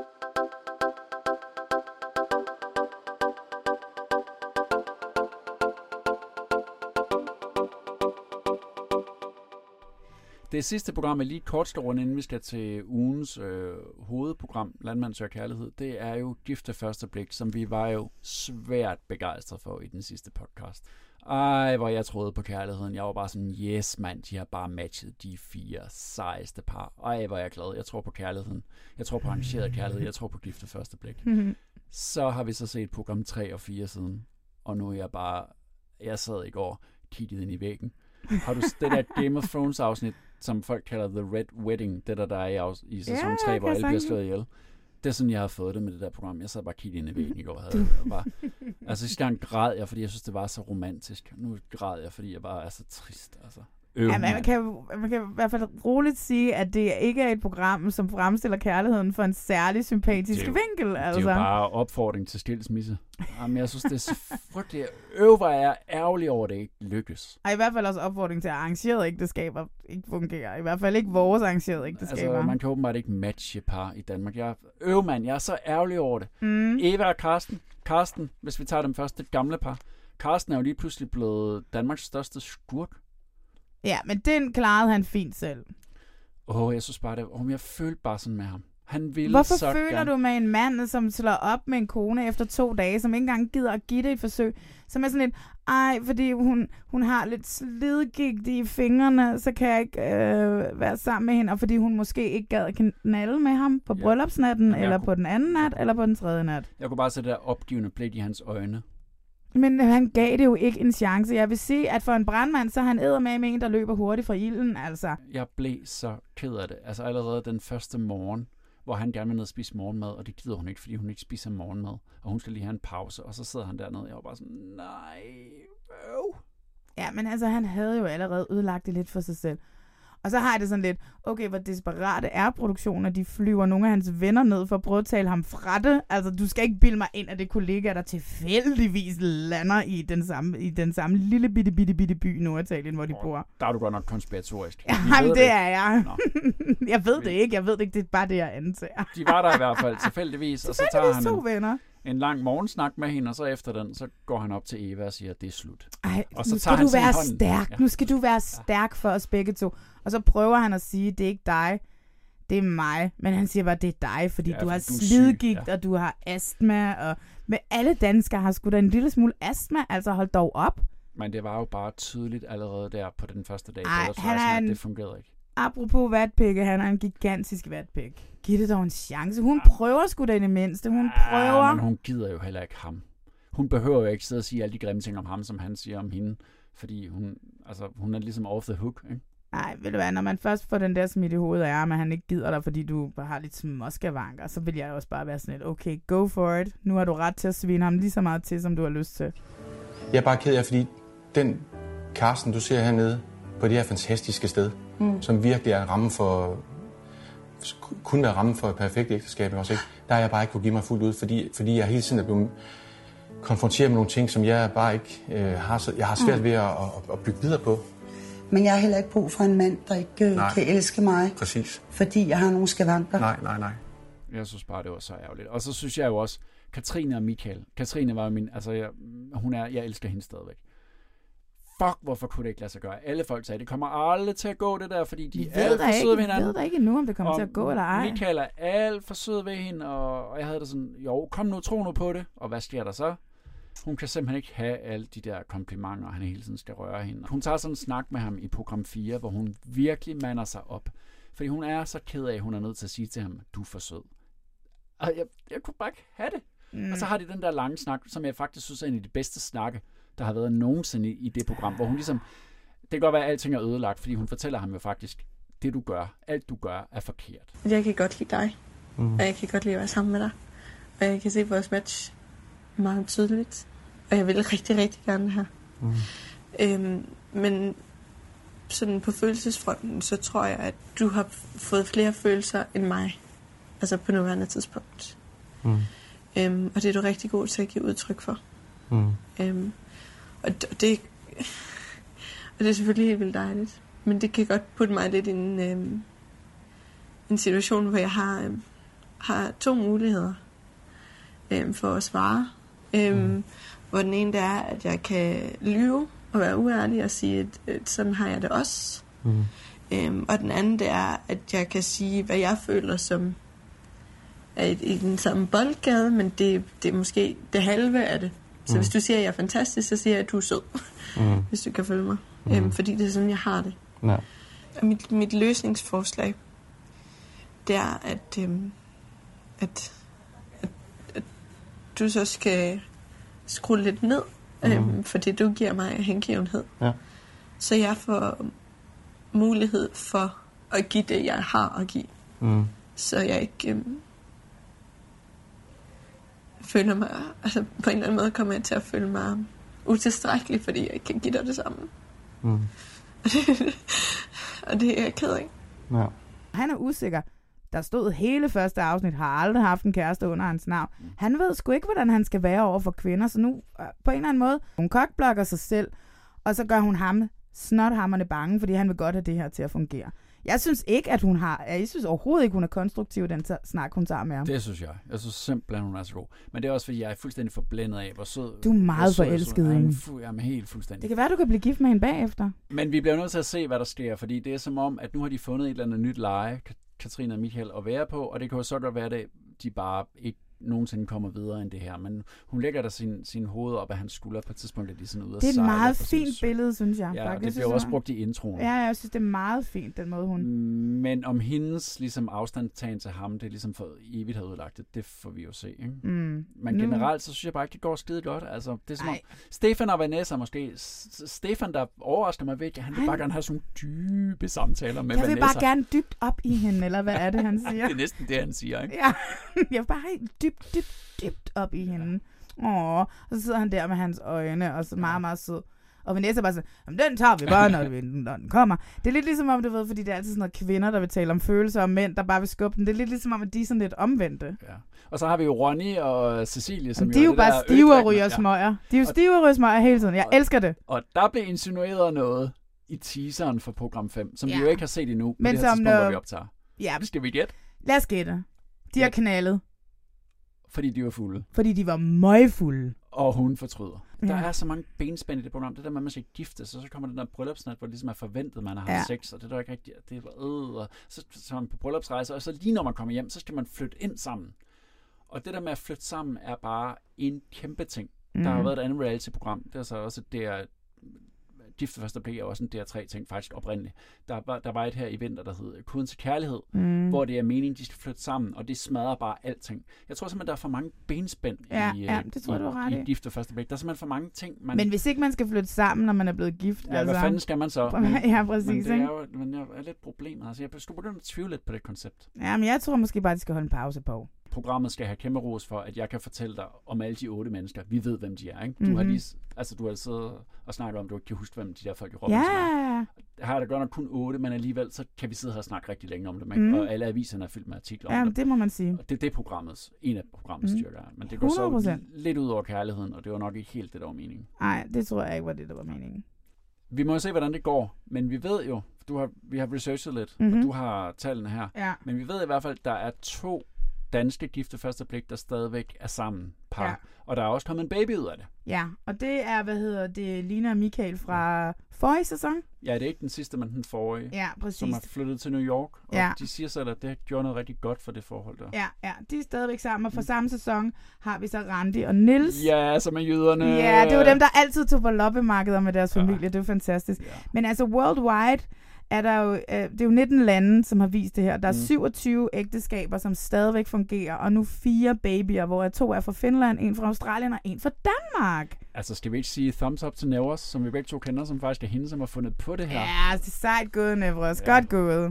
Det sidste program, jeg lige kort skal runde, inden vi skal til ugens øh, hovedprogram, Landmand søger kærlighed, det er jo Gift ved første blik, som vi var jo svært begejstret for i den sidste podcast. Ej, hvor jeg troede på kærligheden. Jeg var bare sådan, yes mand, de har bare matchet de fire sejeste par. Ej, hvor jeg glad. Jeg tror på kærligheden. Jeg tror på arrangeret kærlighed. Jeg tror på Gift ved første blik. Så har vi så set program tre og fire siden, og nu er jeg bare, jeg sad i går, kiggede ind i væggen. Har du det der Game of Thrones afsnit, som folk kalder The Red Wedding, det der der er i, i sæson yeah, tre, hvor alle bliver slået ihjel? Det er sådan, jeg har fået det med det der program. Jeg sad bare kigget ind i væggen i går. Havde jeg bare, altså sidste gang græd jeg, fordi jeg synes, det var så romantisk. Nu græd jeg, fordi jeg bare er så trist. Altså. Ja, man, kan, man kan i hvert fald roligt sige, at det ikke er et program, som fremstiller kærligheden for en særlig sympatisk det jo, vinkel. Altså. Det er jo bare opfordring til skilsmisse. Jamen, jeg synes, det er så frygteligt. Øv, hvor jeg er ærgerlig over, at det ikke lykkes. Og i hvert fald også opfordring til, at arrangerede ægteskaber ikke fungerer. I hvert fald ikke vores arrangerede ægteskaber. Altså, man kan åbenbart ikke matche par i Danmark. Jeg, øv, mand, jeg er så ærgerlig over det. Mm. Eva og Karsten. Karsten, hvis vi tager dem først, det gamle par. Karsten er jo lige pludselig blevet Danmarks største skurk. Ja, men den klarede han fint selv. Åh, oh, jeg synes bare, det oh, jeg følte bare sådan med ham. Han ville Hvorfor så føler gerne. du med en mand, som slår op med en kone efter to dage, som ikke engang gider at give det et forsøg, som er sådan lidt, ej, fordi hun, hun har lidt slidgigt i fingrene, så kan jeg ikke øh, være sammen med hende, og fordi hun måske ikke gad knalde med ham på ja. bryllupsnatten, eller kunne, på den anden nat, eller på den tredje nat. Jeg kunne bare se det der opgivende blik i hans øjne. Men han gav det jo ikke en chance. Jeg vil sige, at for en brandmand, så er han eddermame med en, der løber hurtigt fra ilden, altså. Jeg blev så ked af det. Altså allerede den første morgen, hvor han gerne vil ned og spise morgenmad, og det gider hun ikke, fordi hun ikke spiser morgenmad, og hun skal lige have en pause, og så sidder han dernede, og jeg var bare sådan, nej, øv. Ja, men altså, han havde jo allerede ødelagt det lidt for sig selv. Og så har jeg det sådan lidt, okay, hvor desperate er produktionen, at de flyver nogle af hans venner ned for at prøve at tale ham fra det. Altså, du skal ikke bilde mig ind, at det kollegaer, der tilfældigvis lander i den samme, i den samme lille bitte, bitte, bitte by i Norditalien, hvor de oh, bor. Der er du godt nok konspiratorisk. Ja, jamen, det, det er jeg. jeg ved det ikke, jeg ved det ikke, det er bare det, jeg antager. De var der i hvert fald, tilfældigvis. Og så tager han to venner. en lang morgensnak med hende, og så efter den, så går han op til Eva og siger, at det er slut. Ej, og så nu tager skal han du være hånden. stærk. Ja. Nu skal du være stærk for os begge to. Og så prøver han at sige, det er ikke dig, det er mig. Men han siger bare, det er dig, fordi ja, du har slidgigt, ja. og du har astma. Og med alle danskere har sgu da en lille smule astma, altså hold dog op. Men det var jo bare tydeligt allerede der på den første dag. Ej, han er en... det fungerede ikke. Apropos vatpikke, han er en gigantisk vatpik. Giv det dog en chance. Hun ja. prøver sgu da i det mindste. Hun prøver. Ja, men hun gider jo heller ikke ham. Hun behøver jo ikke sidde og sige alle de grimme ting om ham, som han siger om hende. Fordi hun, altså, hun er ligesom off the hook, ikke? Nej, ved du hvad, når man først får den der smidt i hovedet af, at han ikke gider dig, fordi du bare har lidt småskavanker, så vil jeg også bare være sådan lidt, okay, go for it. Nu har du ret til at svine ham lige så meget til, som du har lyst til. Jeg er bare ked af, fordi den Karsten, du ser hernede på det her fantastiske sted, mm. som virkelig er rammen for, kun være rammen for et perfekt ægteskab, også, ikke? Der har jeg bare ikke kunne give mig fuldt ud, fordi, fordi jeg hele tiden er blevet konfrontere med nogle ting, som jeg bare ikke øh, har, så, jeg har svært mm. ved at, at, at bygge videre på. Men jeg har heller ikke brug for en mand, der ikke øh, kan elske mig. Præcis. Fordi jeg har nogle skavanker. Nej, nej, nej. Jeg synes bare, det var så ærgerligt. Og så synes jeg jo også, Katrine og Michael. Katrine var min, altså jeg, hun er, jeg elsker hende stadigvæk. Fuck, hvorfor kunne det ikke lade sig gøre? Alle folk sagde, det kommer aldrig til at gå det der, fordi de er alt for søde ved hinanden. Vi ved da ikke endnu, om det kommer og til at gå eller ej. Michael er alt for sød ved hende, og, og jeg havde det sådan, jo, kom nu, tro nu på det. Og hvad sker der så? Hun kan simpelthen ikke have alle de der komplimenter, han hele tiden skal røre hende. Hun tager sådan en snak med ham i program fire, hvor hun virkelig mander sig op. Fordi hun er så ked af, at hun er nødt til at sige til ham, du er for sød. Og jeg, jeg kunne bare ikke have det. Mm. Og så har de den der lange snak, som jeg faktisk synes er en af de bedste snakke, der har været nogensinde i, i det program, hvor hun ligesom, det kan godt være, at alting er ødelagt, fordi hun fortæller ham jo faktisk, det du gør, alt du gør, er forkert. Jeg kan godt lide dig, mm. og jeg kan godt lide at være sammen med dig, og jeg kan se vores match meget tydeligt, og jeg vil rigtig, rigtig gerne her. Mm. Øhm, men sådan på følelsesfronten, så tror jeg, at du har fået flere følelser end mig, altså på nuværende tidspunkt. Mm. Øhm, og det er du rigtig god til at give udtryk for. Mm. Øhm, og det, og det er selvfølgelig helt vildt dejligt. Men det kan godt putte mig lidt i en, øhm, en situation, hvor jeg har, øhm, har to muligheder øhm, for at svare. Øhm, mm. Hvor den ene det er, at jeg kan lyve og være uærlig og sige, at, at sådan har jeg det også. Mm. Øhm, og den anden det er, at jeg kan sige, hvad jeg føler som er i, i den samme boldgade, men det, det er måske det halve af det. Så mm. hvis du siger, at jeg er fantastisk, så siger jeg, at du er sød. Mm. Hvis du kan følge mig. Mm. Øhm, fordi det er sådan, jeg har det. Ja. Og mit, mit løsningsforslag, det er, at, øhm, at, at, at du så skal skrue lidt ned, mm. øhm, for det du giver mig hengivenhed. Ja. Så jeg får mulighed for at give det, jeg har at give. Mm. Så jeg ikke øhm, føler mig, altså på en eller anden måde kommer jeg til at føle mig utilstrækkelig, fordi jeg ikke kan give dig det samme. Mm. Og, det, og det er jeg ked af. Ja. Han er usikker. Der stod hele første afsnit, har aldrig haft en kæreste under hans navn. Han ved sgu ikke, hvordan han skal være over for kvinder, så nu på en eller anden måde, hun kokblokker sig selv, og så gør hun ham snothammerne bange, fordi han vil godt have det her til at fungere. Jeg synes ikke, at hun har... Jeg synes overhovedet ikke, hun er konstruktiv, den snak, hun tager med ham. Det synes jeg. Jeg synes simpelthen, hun er så god. Men det er også, fordi jeg er fuldstændig forblændet af, hvor sød... Du er meget forelsket i hende. Jeg er helt fuldstændig. Det kan være, du kan blive gift med hende bagefter. Men vi bliver nødt til at se, hvad der sker, fordi det er som om, at nu har de fundet et eller andet nyt leje, Katrine og Michael, at være på, og det kan jo så godt være, at de bare ikke nogensinde kommer videre end det her. Men hun lægger der sin, sin hoved op af hans skulder på et tidspunkt, at de sådan ud af sejler. Det er et meget fint billede, synes jeg. Ja, faktisk. det bliver også brugt i introen. Ja, jeg synes, det er meget fint, den måde hun... Men om hendes ligesom, afstandtagen til ham, det er ligesom for evigt har udlagt det, det får vi jo se. Ikke? Mm. Men generelt, så synes jeg bare ikke, det går skide godt. Altså, det er som om, Stefan og Vanessa måske. Stefan, der overrasker mig ved, at han vil bare gerne have sådan dybe samtaler med Vanessa. Jeg vil bare gerne dybt op i hende, eller hvad er det, han siger? Det er næsten det, han siger, ikke? Ja, jeg vil bare have dybt, dybt, dybt op i hende. Åh, og så sidder han der med hans øjne, og så meget, meget sød. Og Vanessa bare sådan, jamen den tager vi bare, når, vi, når den kommer. Det er lidt ligesom om, du ved, fordi det er altid sådan noget kvinder, der vil tale om følelser, og mænd, der bare vil skubbe den. Det er lidt ligesom om, at de er sådan lidt omvendte. Ja. Og så har vi jo Ronny og Cecilie, som jamen, de er jo, jo bare stive og ryger smøger. De er jo stive og ryger smøger hele tiden. Jeg og, elsker det. Og der blev insinueret noget i teaseren for program fem, som ja. vi jo ikke har set endnu, men det her tidspunkt, hvor vi optager. Ja. Skal vi gætte? Lad os gætte. De har knaldet. Fordi de var fulde. Fordi de var møgfulde. Og hun fortryder. Ja. Der er så mange benspænd i det program. Det der med, at man skal gifte sig, så kommer den der bryllupsnat, hvor det ligesom er forventet, at man har haft ja. sex, og det er der ikke rigtigt. Det er øh, og så, så er man på bryllupsrejse, og så lige når man kommer hjem, så skal man flytte ind sammen. Og det der med at flytte sammen er bare en kæmpe ting. Mm. Der har været et andet reality-program. Det er så også det er Gift ved første blik er også en D R tre ting, faktisk oprindeligt. Der var, der var et her i vinter, der hed Koden til Kærlighed, mm. hvor det er meningen, de skal flytte sammen, og det smadrer bare alting. Jeg tror simpelthen, der er for mange benspænd ja, i, ja, det tror i, du er ret i Gift ved første blik. Der er simpelthen for mange ting. Man... Men hvis ikke man skal flytte sammen, når man er blevet gift, ja, altså... hvad fanden skal man så? Ja, præcis, men det ikke? er jo men jeg er lidt problemet. Altså, jeg skulle begynde at tvivle lidt på det koncept. Ja, men jeg tror måske bare, de skal holde en pause på. programmet skal have kæmpe ros for, at jeg kan fortælle dig om alle de otte mennesker. Vi ved, hvem de er, ikke? Du Mhm. har lige, altså du har siddet og snakket om, at du ikke kan huske, hvem de der folk i Robinson Ja. er. Her er der godt nok kun otte, men alligevel så kan vi sidde her og snakke rigtig længe om dem, ikke? Mhm. Og alle aviserne er fyldt med artikler om Ja, dem. det må man sige. Og det, det er programmets, en af programmets Mhm. styrker. er. Men det går så hundrede procent. lidt ud over kærligheden, og det var nok ikke helt det, der var meningen. Nej, det tror jeg ikke var det, der var meningen. Vi må jo se, hvordan det går, men vi ved jo, du har, vi har researchet lidt, Mhm. og du har tallene her, Ja. men vi ved i hvert fald, at der er to danske gifte første blik, der stadigvæk er sammen par, Ja. og der er også kommet en baby ud af det. Ja, og det er, hvad hedder det, Lina og Michael fra forrige sæson. Ja, det er ikke den sidste, men den forrige, Ja, præcis. som er flyttet til New York, og Ja. de siger selv, at det gjorde noget rigtig godt for det forhold der. Ja, ja, de er stadigvæk sammen, og fra samme sæson har vi så Randi og Nils. Ja, som er jyderne. Ja, det var dem, der altid tog på loppemarkeder med deres familie. Det er jo fantastisk. Ja. Men altså worldwide er der jo, øh, det er jo nitten lande, som har vist det her. Der er Mm. syvogtyve ægteskaber, som stadigvæk fungerer, og nu fire babyer, hvor to er fra Finland, en fra Australien og en fra Danmark. Altså, skal vi ikke sige thumbs up til Nevers, som vi begge to kender, som faktisk er hende, som har fundet på det her? Ja, det er sejt gået, Nevers. Ja. Godt gået.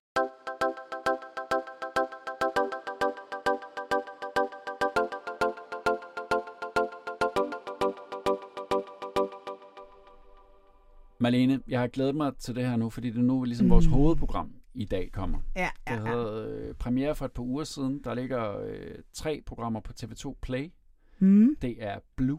Marlene, jeg har glædet mig til det her nu, fordi det er nu ligesom vores Mm. hovedprogram i dag kommer. Ja, ja, Det ja. havde øh, premiere for et par uger siden. Der ligger øh, tre programmer på T V to Play. Mm. Det er Blue,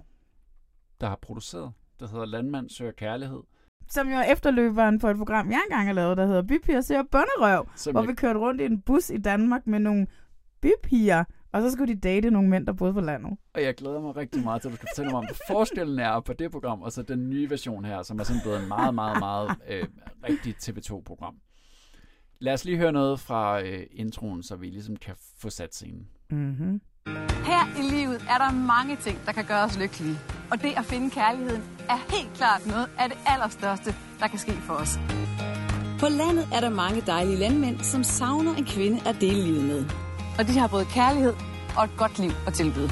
der har produceret. Det hedder Landmand søger kærlighed. Som jo er efterløberen på et program, jeg engang har lavet, der hedder Bypiger søger bonderøv, Som hvor jeg- vi kørte rundt i en bus i Danmark med nogle bypiger, og så skulle de date nogle mænd, der boede på landet. Og jeg glæder mig rigtig meget til, at du skal fortælle mig om, hvad forskellen er på det program, og så den nye version her, som er sådan blevet en meget, meget, meget øh, rigtig T V to program. Lad os lige høre noget fra øh, introen, så vi ligesom kan få sat scenen. Mm-hmm. Her i livet er der mange ting, der kan gøre os lykkelige. Og det at finde kærligheden er helt klart noget af det allerstørste, der kan ske for os. På landet er der mange dejlige landmænd, som savner en kvinde at dele livet med. Og de har både kærlighed og et godt liv at tilbyde.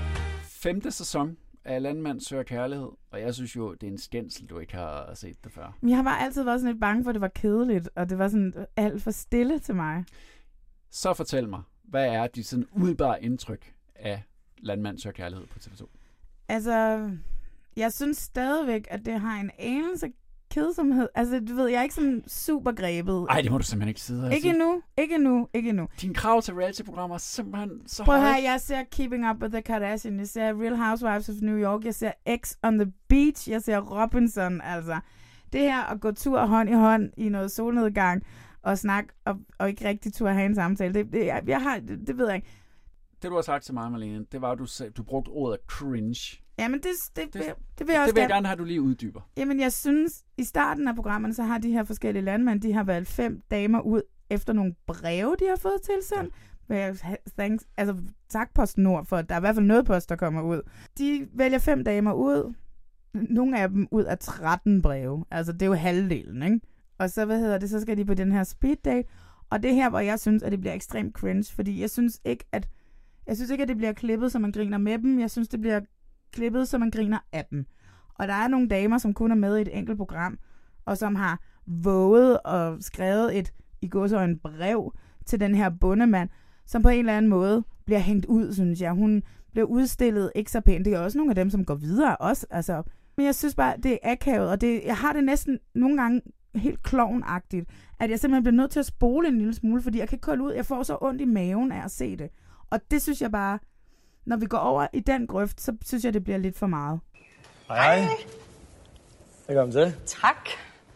Femte sæson af Landmand søger kærlighed, og jeg synes jo, det er en skændsel, du ikke har set det før. Men jeg har bare altid været sådan lidt bange for, at det var kedeligt, og det var sådan alt for stille til mig. Så fortæl mig, hvad er dit sådan umiddelbare indtryk af Landmand søger kærlighed på T V to? Altså, jeg synes stadigvæk, at det har en anelse kedsomhed. Altså, du ved, jeg er ikke sådan super grebet. Ej, det må du simpelthen ikke sidde og Ikke sige. endnu, ikke endnu, ikke endnu. Dine krav til reality-programmer er simpelthen så Prøv at høje. høre, jeg ser Keeping Up with the Kardashians, jeg ser Real Housewives of New York, jeg ser X on the Beach, jeg ser Robinson, altså. Det her at gå tur hånd i hånd i noget solnedgang og snakke og, og ikke rigtig tur have en samtale, det, det, jeg, jeg har, det, det ved jeg ikke. Det, du har sagt til mig, Marlene, det var, at du, sag, du brugte ordet cringe. Jamen, det, det, det, det, det vil Det jeg også vil jeg gerne have, at du lige uddyber. Jamen, jeg synes, i starten af programmerne, så har de her forskellige landmænd, de har valgt fem damer ud efter nogle breve, de har fået tilsendt. Ja. Thanks, altså, tak PostNord for, at der er i hvert fald noget post, der kommer ud. De vælger fem damer ud. Nogle af dem ud af tretten breve. Altså, det er jo halvdelen, ikke? Og så, hvad hedder det, så skal de på den her speed date. Og det her, hvor jeg synes, at det bliver ekstremt cringe, fordi jeg synes ikke, at jeg synes ikke, at det bliver klippet, så man griner med dem. Jeg synes, det bliver klippet, så man griner af dem. Og der er nogle damer, som kun er med i et enkelt program, og som har våget og skrevet et, i gåseøjne, brev til den her bondemand, som på en eller anden måde bliver hængt ud, synes jeg. Hun bliver udstillet ikke så pænt. Det er også nogle af dem, som går videre også. Altså. Men jeg synes bare, det er akavet, og det, jeg har det næsten nogle gange helt klovnagtigt, at jeg simpelthen bliver nødt til at spole en lille smule, fordi jeg kan ikke kolde ud. Jeg får så ondt i maven af at se det. Og det synes jeg bare, når vi går over i den grøft, så synes jeg, det bliver lidt for meget. Hej. Hej. Velkommen til. Tak.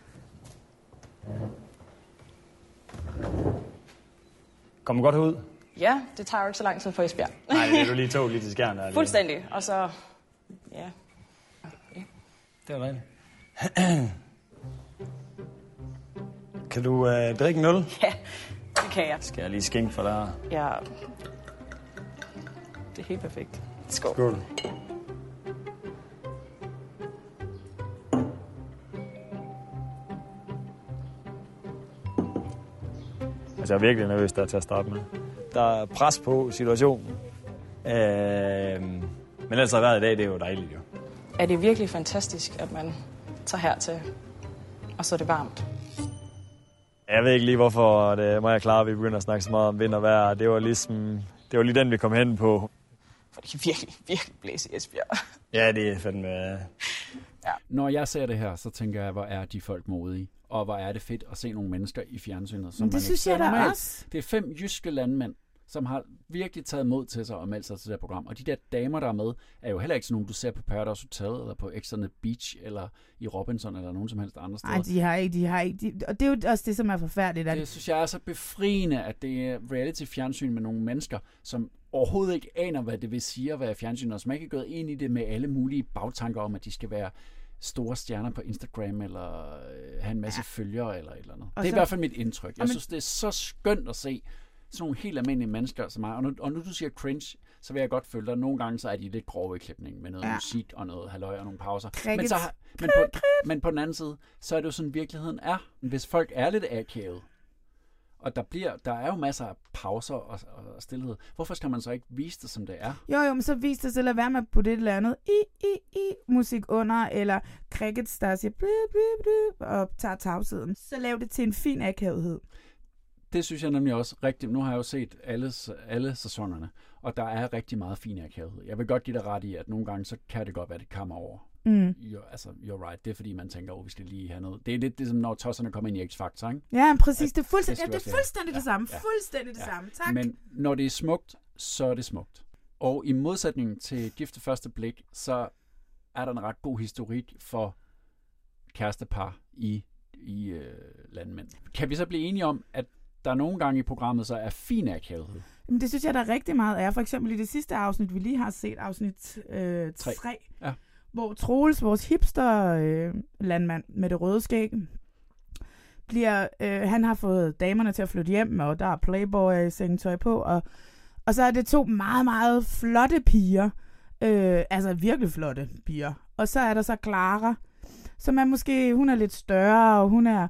Kom godt ud. Ja, det tager jo ikke så lang tid for Esbjerg. Nej, det er du lige tog lige til Skjern. Der, Fuldstændig. Og så, ja. Det var rigtigt. Kan du øh, drikke en øl? Ja, det kan jeg. Skal jeg lige skænke for dig? Ja. Det er helt perfekt. Skål. Skål. Altså, jeg er virkelig nervøs der til at starte med. Der er pres på situationen. Øh, men ellers har været i dag, det er jo dejligt jo. Er det virkelig fantastisk, at man tager hertil, og så er det varmt? Jeg ved ikke lige, hvorfor det må jeg klare, at vi begynder at snakke så meget om vind og vejr. Det var ligesom Det var lige den, vi kom hen på. For det kan virkelig, virkelig blæse i Esbjerg. Ja, det er fandme... Ja. Når jeg ser det her, så tænker jeg, hvor er de folk modige. Og hvor er det fedt at se nogle mennesker i fjernsynet. Som det man synes ikke jeg da normalt. også. Det er fem jyske landmænd, som har virkelig taget mod til sig og meldt sig til det her program. Og de der damer, der er med, er jo heller ikke sådan nogle, du ser på Paradise Hotel, eller på Ex on the Beach, eller i Robinson, eller nogen som helst andre steder. Nej, de har ikke, de har ikke. De, og det er jo også det, som er forfærdeligt. At... Det synes jeg er så befriende, at det er reality-fjernsyn med nogle mennesker, som overhovedet ikke aner, hvad det vil sige at være fjernsyn, og som ikke er gået ind i det med alle mulige bagtanker om, at de skal være store stjerner på Instagram, eller øh, have en masse ja. følgere, eller et eller andet. Og det er så... i hvert fald mit indtryk. Jeg synes, det er så skønt at se sådan nogle helt almindelige mennesker som mig. Og nu, og nu du siger cringe, så vil jeg godt følge dig. Nogle gange så er de lidt grove i klipningen med noget ja. musik og noget halløj og nogle pauser. Men, så, men, på, men på den anden side, så er det jo sådan, virkeligheden er. Hvis folk er lidt akavet, og der, bliver, der er jo masser af pauser og, og stillhed, hvorfor skal man så ikke vise det, som det er? Jo, jo, men så vis det, så lad være med at putte et eller andet i, i, i musik under, eller crickets, der siger blø, blø, blø, og tager tavsheden. Så lav det til en fin akavethed. Det synes jeg nemlig også rigtigt. Nu har jeg jo set alle, alle sæsonerne, og der er rigtig meget fin akavethed. Jeg vil godt give dig ret i, at nogle gange, så kan det godt være, det kommer over. Mm. You're, altså, you're right. Det er fordi, man tænker, oh, vi skal lige have noget. Det er lidt ligesom, når tosserne kommer ind i X-Factor, ikke? Ja, præcis. At, det er fuldstændig det, ja, det, er fuldstændig ja, det samme. Ja, fuldstændig det ja. samme. Tak. Men når det er smukt, så er det smukt. Og i modsætning til Gift ved første blik, så er der en ret god historik for kærestepar i, i øh, landmænd. Kan vi så blive enige om, at der nogle gange i programmet så er fin akavethed? Jamen, det synes jeg, der er rigtig meget af. For eksempel i det sidste afsnit, vi lige har set, afsnit øh, tre, ja. hvor Troels, vores hipster-landmand øh, med det røde skæg, bliver, øh, han har fået damerne til at flytte hjem, og der er Playboy sengetøj på, og, og så er det to meget, meget flotte piger, øh, altså virkelig flotte piger. Og så er der så Clara, som er måske, hun er lidt større, og hun er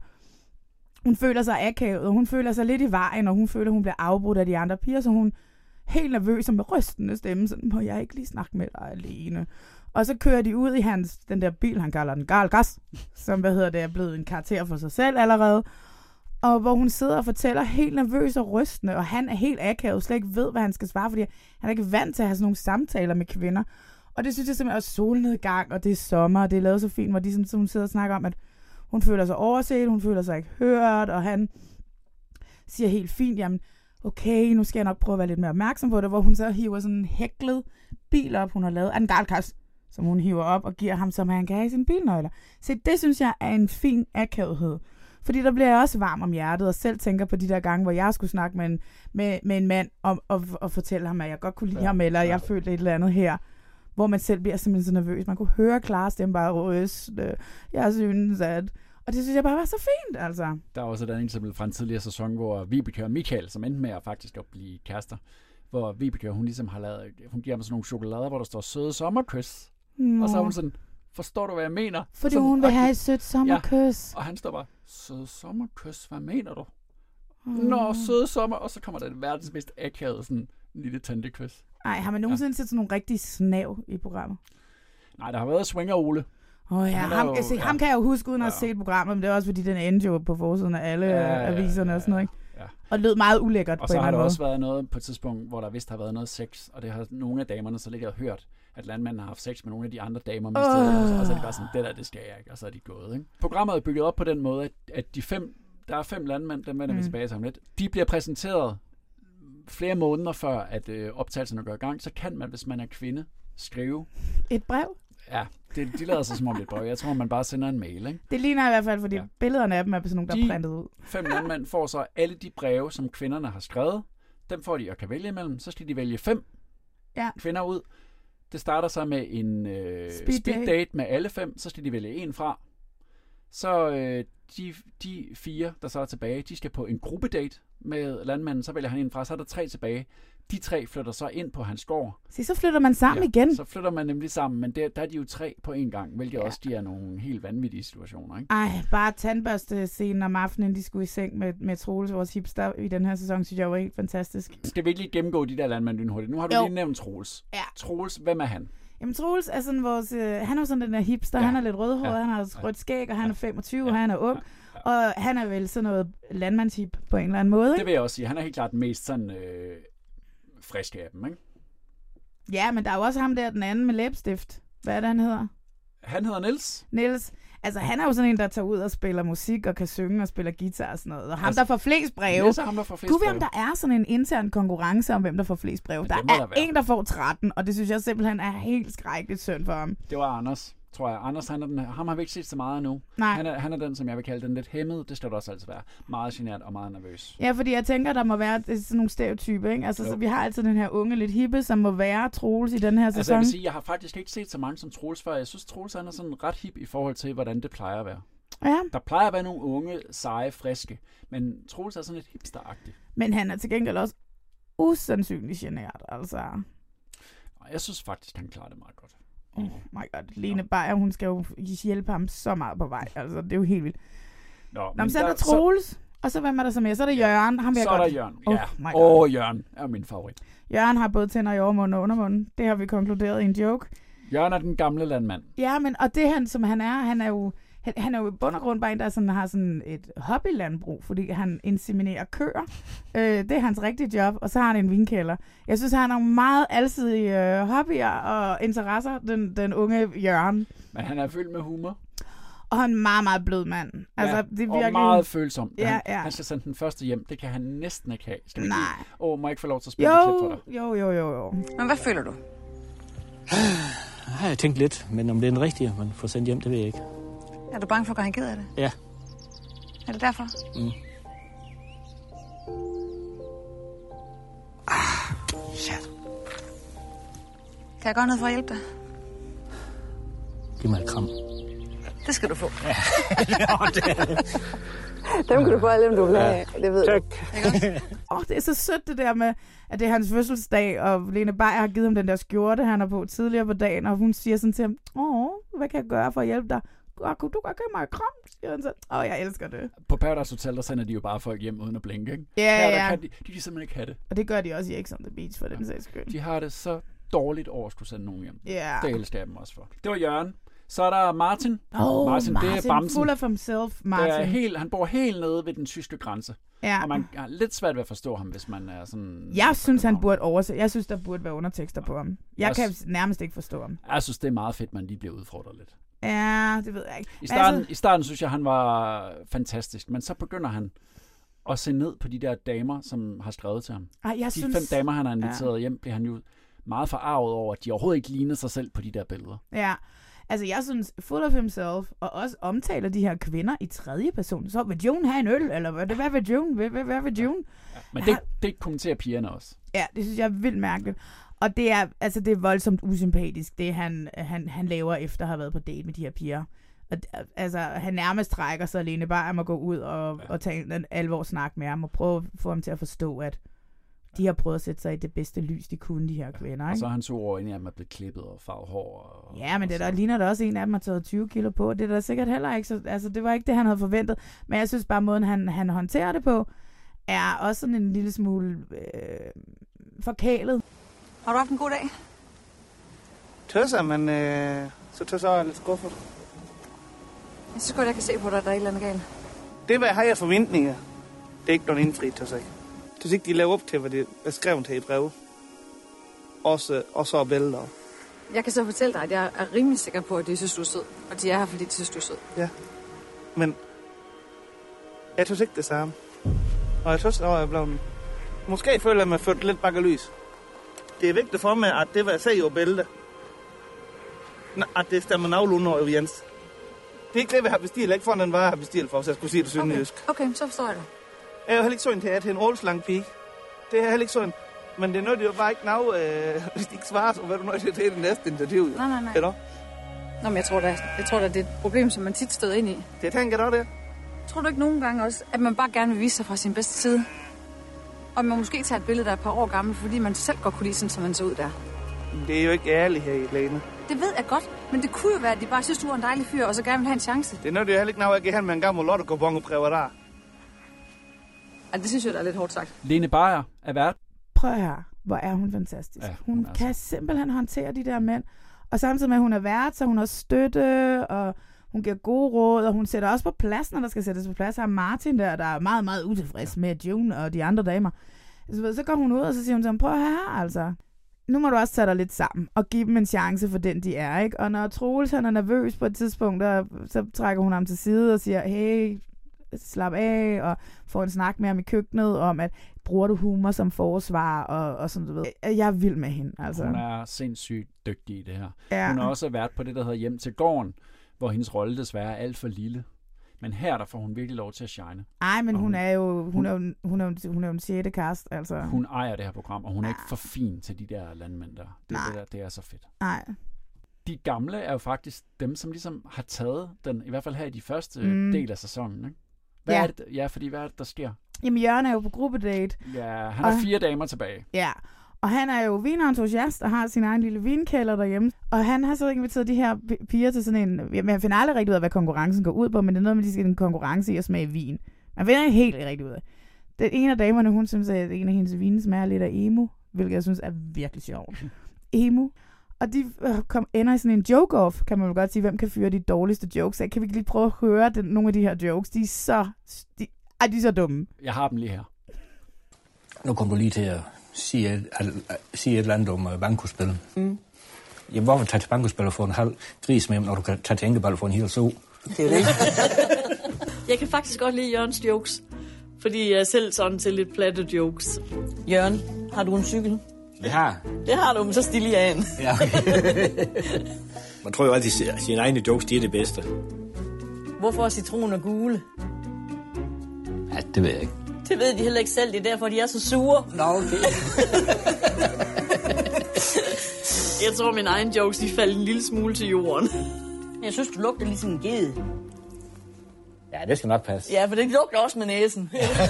Hun føler sig akavet, og hun føler sig lidt i vejen, og hun føler, at hun bliver afbrudt af de andre piger, så hun er helt nervøs og med rystende stemme, sådan, må jeg ikke lige snakke med dig alene. Og så kører de ud i hans, den der bil, han kalder den Gal Gas, som hvad hedder det, er blevet en karakter for sig selv allerede, og hvor hun sidder og fortæller helt nervøs og rystende, og han er helt akavet, slet ikke ved, hvad han skal svare, fordi han er ikke vant til at have sådan nogle samtaler med kvinder. Og det synes jeg simpelthen er solnedgang, og det er sommer, og det er lavet så fint, hvor de sådan, så hun sidder og snakker om, at hun føler sig overset, hun føler sig ikke hørt, og han siger helt fint, jamen, okay, nu skal jeg nok prøve at være lidt mere opmærksom på det, hvor hun så hiver sådan en hæklet bil op, hun har lavet af en galkas, som hun hiver op og giver ham, som han kan have i sine bilnøgler. Så det synes jeg er en fin akavethed. Fordi der bliver jeg også varm om hjertet, og selv tænker på de der gange, hvor jeg skulle snakke med en, med, med en mand, og, og, og fortælle ham, at jeg godt kunne lide ja, ham, eller ja. jeg følte et eller andet her. Hvor man selv bliver simpelthen så nervøs. Man kunne høre Clara stemme bare ryste. Jeg synes, at... Og det synes jeg bare var så fint, altså. Der er også et andet eksempel fra en tidligere sæson, hvor Vibeke og Michael, som endte med at faktisk at blive kærester, hvor Vibeke, hun ligesom har lavet... Hun giver mig sådan nogle chokolader, hvor der står søde sommerkys. Nå. Og så er hun sådan, forstår du, hvad jeg mener? Fordi sådan, hun vil have et sødt sommerkys. Ja. Og han står bare, søde sommerkys, hvad mener du? Mm. Nå, søde sommer. Og så kommer der det verdens mest akavede sådan en lille tantekys. Ej, har man nogensinde ja. set sådan nogle rigtig snav i programmet? Nej, der har været Swinger Ole. Åh oh, ja, ham, jo, se, ja, ham kan jeg jo huske uden ja. at se programmet, men det er også fordi, den endte jo på forsiden af alle ja, aviserne ja, ja, og sådan noget, ikke? Ja. Og lød meget ulækkert og på en eller anden måde. Og måde. så har der også været noget på et tidspunkt, hvor der vist har været noget sex, og det har nogle af damerne så ligget og hørt, at landmanden har haft sex med nogle af de andre damer, uh. mistet, og så er det bare sådan, det der, det skal jeg ikke, og så er de gået, ikke? Programmet er bygget op på den måde, at, at de fem, der er fem landmænd, dem vender mm. vi tilbage til om lidt, de bliver præsenteret flere måneder før, at øh, optagelserne går i gang, så kan man, hvis man er kvinde, skrive et brev. Ja, det, de lader sig som om det er et brev. Jeg tror, man bare sender en mail, ikke? Det ligner i hvert fald, fordi ja. billederne af dem er sådan nogle, der de er printet ud. Fem landmænd får så alle de breve, som kvinderne har skrevet. Dem får de og kan vælge imellem. Så skal de vælge fem ja. kvinder ud. Det starter så med en øh, speed, speed date. date med alle fem. Så skal de vælge en fra. Så øh, de, de fire, der så er tilbage, de skal på en gruppedate med landmanden. Så vælger han en fra. Så er der tre tilbage. De tre flytter så ind på hans gård. Så, så flytter man sammen ja, igen. Så flytter man nemlig sammen, men der, der er de jo tre på en gang, hvilket ja. også de er nogle helt vanvittige situationer, ikke? Ej, bare tandbørste-scenen om aftenen, de skulle i seng med, med Troels, vores hipster i den her sæson, synes jeg var helt fantastisk. Skal vi ikke lige gennemgå de der landmænd lynhurtigt? Nu har du jo. lige nævnt Troels. Ja. Troels, hvem er han? Jamen Troels er sådan vores, øh, han er sådan den der hipster, ja. han er lidt rødhåret, ja. han har rødt skæg, og han er femogtyve, ja. og han er ung. Ja. Ja. Og han er vel sådan noget landmandship på en eller anden måde, ikke? Det vil jeg også sige. Han er helt klart mest sådan... Øh, friske af dem, ikke? Ja, men der er jo også ham der, den anden med læbstift. Hvad er det, han hedder? Han hedder Niels. Niels. Altså, han er jo sådan en, der tager ud og spiller musik og kan synge og spiller guitar og sådan noget. Og ham, altså, der får flest breve. Niels er ham, der får flest breve. Du ved, om der er sådan en intern konkurrence om, hvem der får flest breve. Der er der en, der får tretten, og det synes jeg simpelthen er helt skrækkeligt synd for ham. Det var Anders, tror jeg. Anders, han er den, ham har vi ikke set så meget endnu. Nej. Han er, han er den, som jeg vil kalde den lidt hæmmet. Det skal det også altid være. Meget genert og meget nervøs. Ja, fordi jeg tænker, der må være sådan nogle stereotyper, ikke? Altså, så vi har altid den her unge, lidt hippe, som må være Troels i den her sæson. Altså, jeg vil sige, jeg har faktisk ikke set så mange som Troels før. Jeg synes, Troels han er sådan ret hip i forhold til, hvordan det plejer at være. Ja. Der plejer at være nogle unge, seje, friske, men Troels er sådan lidt hipsteragtig. Men han er til gengæld også usandsynligt genert, altså. Jeg synes faktisk, han klarer det meget godt. Oh my god, Lene Beyer, hun skal jo hjælpe ham så meget på vej, altså det er jo helt vildt. Nå, Nå men, men så er der Troels, så... og så hvem er der så mere? Så er der Jørgen, ham vil jeg så godt. Så er der Jørgen, oh, ja. Åh, oh, Jørgen er min favorit. Jørgen har både tænder i overmunden og undermunden, det har vi konkluderet i en joke. Jørgen er den gamle landmand. Ja, men og det han, som han er, han er jo Han, han er jo i bund og grund bare en, der sådan, har sådan et hobbylandbrug, fordi han inseminerer køer. øh, det er hans rigtige job, og så har han en vinkælder. Jeg synes, han har nogle meget alsidige øh, hobbyer og interesser, den, den unge Jørgen. Men han er fyldt med humor. Og han er en meget, meget blød mand. Altså, ja, det er virkelig... og meget følsom. Ja, han, ja. han skal sende den første hjem. Det kan han næsten ikke have. Skal vi Nej. Åh, oh, må jeg ikke få lov til at spille jo, et klip for dig? Jo, jo, jo, jo. Men hvad føler du? Jeg har tænkt lidt, men om det er den rigtige, man får sendt hjem, det ved jeg ikke. Er du bange for at gøre han ked af det? Ja. Er det derfor? Mm. Ah, shit. Kan jeg gøre noget for at hjælpe dig? Giv mig et kram. Det skal du få. Ja. Dem kan du få alle dem, du vil have. Ja. Det ved tak. Åh, oh, det er så sødt det der med, at det er hans fødselsdag, og Lene Beyer har givet ham den der skjorte, han har på tidligere på dagen, og hun siger sådan til ham, åh, hvad kan jeg gøre for at hjælpe dig? Kunne du godt give mig et kram? Siger han så. Åh, jeg elsker det. På Paradise Hotel, der sender de jo bare folk hjem uden at blinke, ikke? Ja, Her, ja. Kan de, de kan simpelthen ikke have det. Og det gør de også i X on the Beach, for den sags skyld. De har det så dårligt over at skulle sende nogen hjem. Ja. Det elsker jeg dem også for. Det var Jørgen. Så er der Martin. Oh, Martin, Martin, det er bamsen. Full of himself, Martin. Det er helt, han bor helt nede ved den tyske grænse. Ja. Og man har lidt svært ved at forstå ham, hvis man er sådan... Jeg synes, han burde oversætte. Jeg synes, der burde være undertekster på ham. Jeg, jeg kan s- nærmest ikke forstå ham. Jeg synes, det er meget fedt, man lige bliver udfordret lidt. Ja, det ved jeg ikke. I starten, altså... I starten synes jeg, han var fantastisk, men så begynder han at se ned på de der damer, som har skrevet til ham. Ej, jeg de synes... fem damer, han har inviteret ja. hjem, bliver han jo meget forarvet over, at de overhovedet ikke ligner sig selv på de der billeder. Ja, altså jeg synes, full of himself, og også omtaler de her kvinder i tredje person. Så vil June have en øl, eller hvad, hvad vil June? Hvad, hvad, hvad vil June? Ja, ja. Men det, det kommenterer pigerne også. Ja, det synes jeg er vildt mærkeligt. Og det er, altså det er voldsomt usympatisk, det han, han, han laver efter at have været på date med de her piger. Og, altså, han nærmest trækker sig alene bare om at gå ud og, ja. og tage en alvor snak med ham, og prøve at få ham til at forstå, at de har prøvet at sætte sig i det bedste lys, de kunne, de her kvinder. Ikke? Og så er han to år inde i, at man er blevet klippet og farvet hår. Og, ja, men det der ligner der også en af dem har taget tyve kilo på. Det er der sikkert heller ikke. Så, altså, det var ikke det, han havde forventet. Men jeg synes bare, måden han, han håndterer det på, er også sådan en lille smule øh, forkælet. Har du haft en god dag? Tøsser, men øh, så tøsser jeg lidt skuffet. Jeg synes godt, jeg kan se på dig, at der er et eller andet galt. Det, hvad jeg har jeg forventninger, det er ikke noget indfriet, tøsser ikke. Det er ikke, de laver op til, hvad det er skrevet til i brev. Også, og så billeder. Jeg kan så fortælle dig, at jeg er rimelig sikker på, at de synes, du er sød. Og de er her, fordi de synes, du er sød. Ja, men jeg synes ikke det samme. Og jeg synes, at jeg er blevet... Måske føler jeg mig ført lidt bakke lys. Det er vigtigt for mig, at det, hvad jeg ser jo billede, at det stemmer navlunde over Jens. Det er ikke det, vi har bestilt. Ikke for den vare, jeg har bestilt for, så jeg skulle sige det sønderjysk. Okay. okay, så forstår jeg det. Jeg er jo heller ikke sådan til, at det er en ålslang pige. Det er heller ikke sådan. Men det er noget, det er jo bare ikke nav, øh, hvis de ikke svarer, så hvad du nødt til det næste interview. Nej, nej, nej. Eller? Nå, men jeg tror da, jeg tror da, det er et problem, som man tit støder ind i. Det tænker jeg da, det. Tror du ikke nogen gange også, at man bare gerne vil vise sig fra sin bedste side? Og man måske tager et billede, der er et par år gammelt, fordi man selv godt kunne lide sådan, som man så ud der. Det er jo ikke ærligt her i Lene. Det ved jeg godt, men det kunne jo være, at de bare synes, du var en dejlig fyr, og så gerne vil have en chance. Det er noget, det er heller ikke nav, at jeg kan med en gammel lotto-kupon og prøver der. Altså, det synes jeg, der er lidt hårdt sagt. Lene Beyer er vært. Prøv her, hvor er hun fantastisk. Ja, hun hun kan altså. simpelthen håndtere de der mænd. Og samtidig med, at hun er vært, så hun har støtte, og hun giver gode råd, og hun sætter også på plads, når der skal sættes på plads. Her Martin der, der er meget, meget utilfreds ja. med June og de andre damer. Så, så går hun ud, og så siger hun til ham, prøv her, altså. Nu må du også tage dig lidt sammen, og give dem en chance for den, de er, ikke? Og når Troels, han er nervøs på et tidspunkt, der, så trækker hun ham til side og siger, hey, slap af, og får en snak med ham i køkkenet om, at bruger du humor som forsvar, og, og sådan, du ved. Jeg er vild med hende, altså. Hun er sindssygt dygtig i det her. Ja. Hun har også været på det, der hedder Hjem til gården, hvor hendes rolle desværre er alt for lille. Men her, der får hun virkelig lov til at shine. Ej, men hun, hun er jo, hun, hun, er jo, hun, er jo, hun er jo en sjette cast, altså. Hun ejer det her program, og hun er ikke for fin til de der landmænd der. Det, det, der, det er så fedt. Nej. De gamle er jo faktisk dem, som ligesom har taget den, i hvert fald her i de første Mm. del af sæsonen, ikke? Hvad Ja. er det, ja, fordi hvad er det, der sker? Jamen, Jørgen er jo på gruppedate. Ja, han har Og- fire damer tilbage. Ja, og han er jo vinentusiast og har sin egen lille vinkælder derhjemme. Og han har så inviteret de her p- piger til sådan en... Jamen, jeg finder aldrig rigtig ud af, hvad konkurrencen går ud på, men det er noget med, de skal en konkurrence i at smage vin. Man finder ikke helt rigtig ud af. Det en af damerne, hun synes, at en af hendes vine smager lidt af emo, hvilket jeg synes er virkelig sjovt. Emo. Og de øh, kom, ender i sådan en joke-off, kan man jo godt sige, hvem kan fyre de dårligste jokes af. Kan vi ikke lige prøve at høre den, nogle af de her jokes? De er så... De, ej, de er så dumme. Jeg har dem lige her. Nu kommer du lige til at sige et, at, at, sige et eller andet om uh, bankospil. Mm. Jamen, hvorfor tage til bankospil og få en halv gris med, når du kan tage til enkeball og få en hel so? Det er det. Jeg kan faktisk godt lide Jørgens jokes, fordi jeg er selv sådan til lidt platte jokes. Jørgen, har du en cykel? Det har. Det har du, men så stille jeg an. Ja, okay. Man tror jo altid, at sine egne jokes, de er det bedste. Hvorfor er citroner gule? Ja, det ved jeg ikke. Det ved de heller ikke selv, det er derfor, de er så sure. Nå, okay. Jeg tror, mine egne jokes, de faldt en lille smule til jorden. Jeg synes, du lugter ligesom en ged. Ja, det skal nok passe. Ja, for det lugter også med næsen.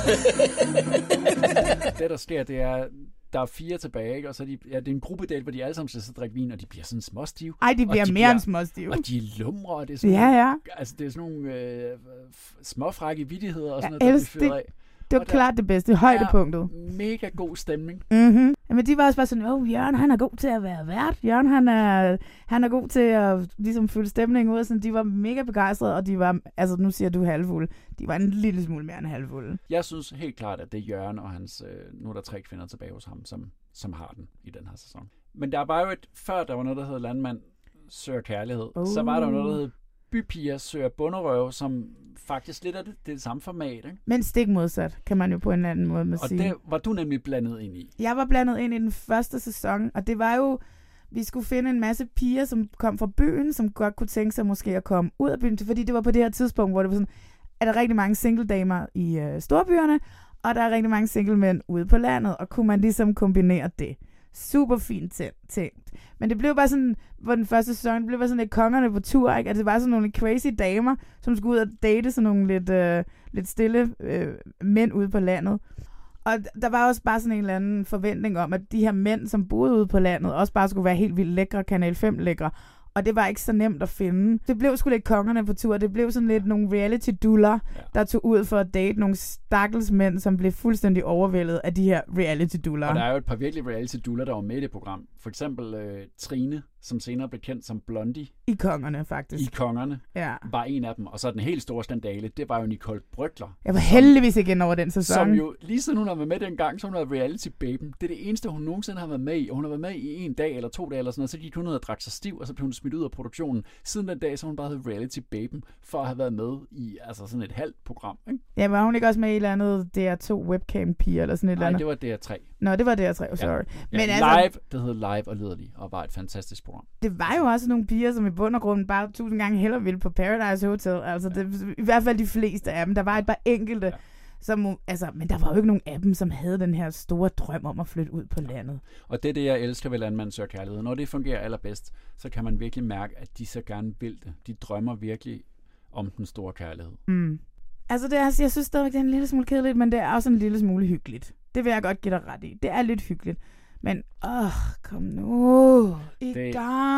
Det, der sker, det er, der er fire tilbage, ikke? Og så er de, ja, det er en gruppedate, hvor de alle sammen skal sidde og drikke vin, og de bliver sådan småstive. Ej, de Og bliver mere end småstive. Og de er lumre, og det er sådan, Ja, ja. Altså, det er sådan nogle øh, f- småfrække vittigheder og sådan Jeg noget, der elsker bliver fyret det. af. Det var Og der klart det bedste. Højdepunktet. er mega god stemning. Mm-hmm. Jamen, de var også bare sådan, åh, Jørgen, han er god til at være vært. Jørgen, han er, han er god til at ligesom fylde stemningen ud. Og sådan, de var mega begejstrede, og de var, altså nu siger du halvfulde, de var en lille smule mere end halvfulde. Jeg synes helt klart, at det er Jørgen og hans... Øh, nu er der tre kvinder tilbage hos ham, som, som har den i den her sæson. Men der var jo et... Før der var noget, der hed Landmand søger kærlighed, uh. så var der jo noget, der hed Bypiger søger bunderøv, som faktisk lidt er det, det er det samme format, ikke? Men stik modsat, kan man jo på en eller anden måde Og sige. det var du nemlig blandet ind i. Jeg var blandet ind i den første sæson, og det var jo, vi skulle finde en masse piger, som kom fra byen, som godt kunne tænke sig måske at komme ud af byen, fordi det var på det her tidspunkt, hvor det var sådan, at der er rigtig mange single-damer i øh, storbyerne, og der er rigtig mange single-mænd ude på landet, og kunne man ligesom kombinere det. Super fint tænkt. Men det blev bare sådan, hvor den første sæson, det blev bare sådan lidt kongerne på tur, ikke? Altså det var sådan nogle crazy damer, som skulle ud og date sådan nogle lidt, øh, lidt stille øh, mænd ude på landet. Og der var også bare sådan en eller anden forventning om, at de her mænd, som boede ude på landet, også bare skulle være helt vildt lækre, Kanal fem lækre. Og det var ikke så nemt at finde. Det blev sgu lidt kongerne på tur. Det blev sådan lidt nogle reality-duller, ja. der tog ud for at date nogle stakkels mænd, som blev fuldstændig overvældet af de her reality-duller. Og der er jo et par virkelig reality-duller, der var med i det program. For eksempel øh, Trine, som senere blev kendt som Blondie. I Kongerne, faktisk. I Kongerne. Ja. Var en af dem. Og så den helt store skandale, det var jo Nicole Brückler. Jeg var heldigvis igen over den sæson. Som jo, lige siden hun har været med dengang, så hun har været reality-baben. Det er det eneste, hun nogensinde har været med i. Og hun har været med i en dag eller to dage eller sådan noget. Så gik hun ud og drak sig stiv, og så blev hun smidt ud af produktionen. Siden den dag, så hun bare havde reality-baben, for at have været med i altså sådan et halvt program. Ikke? Ja, var hun ikke også med i et eller andet D R to webcam-piger eller sådan et eller Nej, andet? det var D R tre. Nå, det var D R tre, oh, sorry. Ja. Men ja, altså, live, det hed Live og Lederlig, og var et fantastisk program. Det var jo også nogle piger, som i bund og grund bare tusind gange hellere ville på Paradise Hotel. Altså, det, i hvert fald de fleste af dem. Der var et par enkelte, ja. som, altså, men der var jo ikke nogen af dem, som havde den her store drøm om at flytte ud på landet. Og det er det, jeg elsker ved Landmand søger kærlighed. Når det fungerer allerbedst, så kan man virkelig mærke, at de så gerne vil det. De drømmer virkelig om den store kærlighed. Mm. Altså, det er, jeg synes stadigvæk, det er en lille smule kedeligt, men det er også en lille smule hyggeligt. Det vil jeg godt give dig ret i. Det er lidt hyggeligt. Men, åh, kom nu i det,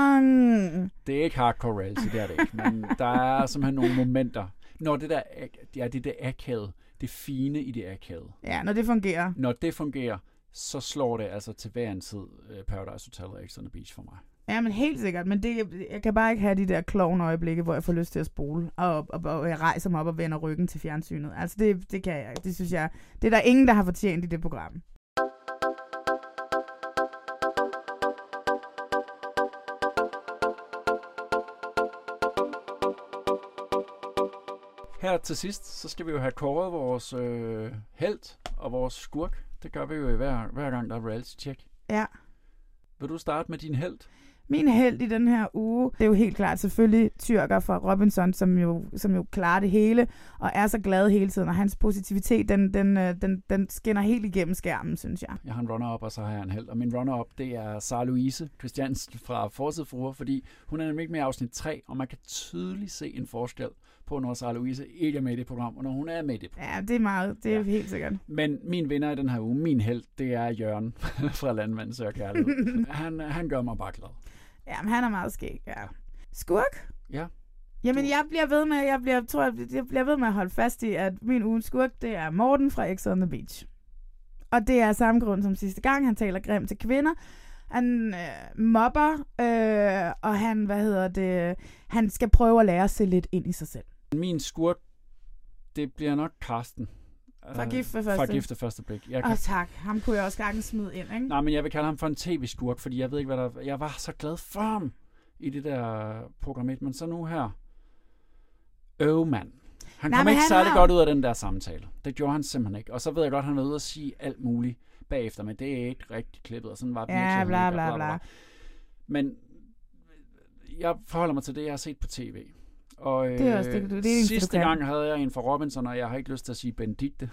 gang. Det er ikke hardcore reality, det er det ikke. Men der er simpelthen nogle momenter, når det der ja, det der akavet, det fine i det akavet. Ja, når det fungerer. Når det fungerer, så slår det altså til hver en tid uh, Paradise Hotel og Ex on the Beach for mig. Ja, men helt sikkert. Men det, jeg kan bare ikke have de der klovn-øjeblikke, hvor jeg får lyst til at spole, og, og, og jeg rejser mig op og vender ryggen til fjernsynet. Altså, det, det kan jeg ikke. Det synes jeg, det er der ingen, der har fortjent i det program. Her til sidst, så skal vi jo have kåret vores øh, helt og vores skurk. Det gør vi jo hver, hver gang, der er reality-check. Ja. Vil du starte med din helt? Min held i den her uge, det er jo helt klart selvfølgelig Tyrker fra Robinson, som jo, som jo klarer det hele, og er så glad hele tiden, og hans positivitet, den, den, den, den skinner helt igennem skærmen, synes jeg. Jeg har en runner-up, og så har jeg en held. Og min runner-up, det er Sara Louise Christiansen fra Forside Fruer, fordi hun er nemlig ikke med i afsnit tre, og man kan tydeligt se en forskel på, når Sara Louise ikke er med i det program, og når hun er med i det program. Ja, det er meget, det er ja. helt sikkert. Men min vinder i den her uge, min held, det er Jørgen fra Landmand Søger Kærlighed. han, han gør mig bare glad. Ja, men han er meget skæg, ja. Skurk? Ja. Jamen, jeg bliver ved med, jeg bliver, tror, jeg, jeg bliver ved med at holde fast i, at min ugens skurk, det er Morten fra X on the Beach. Og det er samme grund som sidste gang. Han taler grimt til kvinder. Han øh, mobber, øh, og han, hvad hedder det, han skal prøve at lære at se lidt ind i sig selv. Min skurk, det bliver nok Karsten. Fra gift ved første, fra gift ved første blik. Åh, kan... oh, tak. Ham kunne jeg også gerne smide ind, ikke? Nej, men jeg vil kalde ham for en tv-skurk, fordi jeg ved ikke, hvad der... Jeg var så glad for ham i det der program, men så nu her... Øv, mand. Han Nej, kom ikke han særlig har... godt ud af den der samtale. Det gjorde han simpelthen ikke. Og så ved jeg godt, han var ude at sige alt muligt bagefter, men det er ikke rigtig klippet, og sådan var det ja, virkelig. Bla, bla, bla, bla. Men jeg forholder mig til det, jeg har set på tv. Og øh, det er også det, du, det er sidste gang havde jeg en fra Robinson, og jeg har ikke lyst til at sige Benedikte.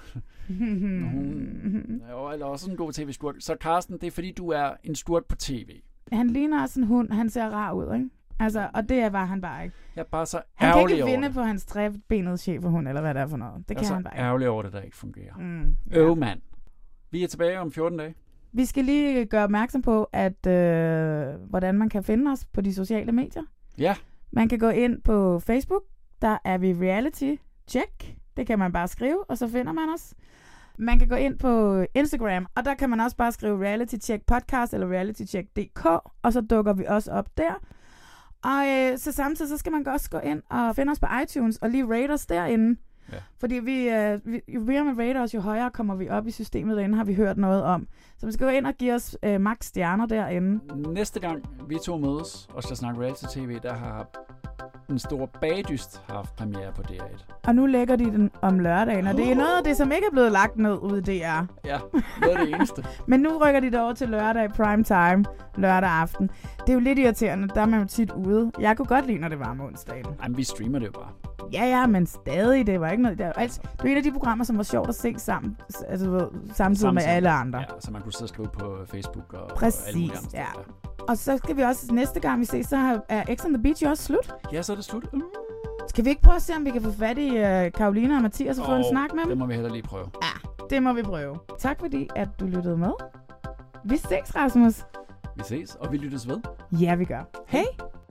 Hun er også en god tv-skurk. Så Karsten, det er fordi, du er en skurk på tv. Han ligner også en hund. Han ser rar ud, ikke? Altså, og det var han bare ikke. Jeg er bare så ærgerlig over Han kan ikke vinde det. på hans trebenede cheferhund, eller hvad det er for noget. Det jeg kan han bare ikke. Jeg er ærgerlig over det, der ikke fungerer. Mm, ja. Øv, mand. Vi er tilbage om fjorten dage. Vi skal lige gøre opmærksom på, at øh, hvordan man kan finde os på de sociale medier. Ja. Man kan gå ind på Facebook. Der er vi Reality Check. Det kan man bare skrive, og så finder man os. Man kan gå ind på Instagram, og der kan man også bare skrive Reality Check Podcast eller Reality Check punktum d k, og så dukker vi også op der. Og øh, så samtidig så skal man også gå ind og finde os på iTunes og lige rate os derinde. Ja. Fordi vi, øh, vi, jo mere man rater os, jo højere kommer vi op i systemet derinde, har vi hørt noget om. Så man skal gå ind og give os øh, max stjerner derinde. Næste gang vi to mødes og skal snakke reality-tv, der har den store Bagdyst haft premiere på D R et. Og nu lægger de den om lørdagen, og det er noget af det, som ikke er blevet lagt ned ude i D R. Ja, noget af det eneste. Men nu rykker de det over til lørdag prime time, lørdag aften. Det er jo lidt irriterende, der er man jo tit ude. Jeg kunne godt lide, når det var om onsdagen. Jamen, vi streamer det jo bare. Ja, ja, men stadig, det var ikke noget. Det er, altså, det er et af de programmer, som var sjovt at se sammen, altså, samtidig, samtidig med alle andre. Ja, så man kunne sidde og skrive på Facebook og, Præcis, og alle mulige andre ja. Og så skal vi også, næste gang vi ses, så er X on the Beach jo også slut. Ja, så er det slut. Uh. Skal vi ikke prøve at se, om vi kan få fat i uh, Karoline og Mathias og oh, få en snak med dem? Det må vi heller lige prøve. Ja, det må vi prøve. Tak fordi, at du lyttede med. Vi ses, Rasmus. Vi ses, og vi lyttes ved. Ja, vi gør. Hej.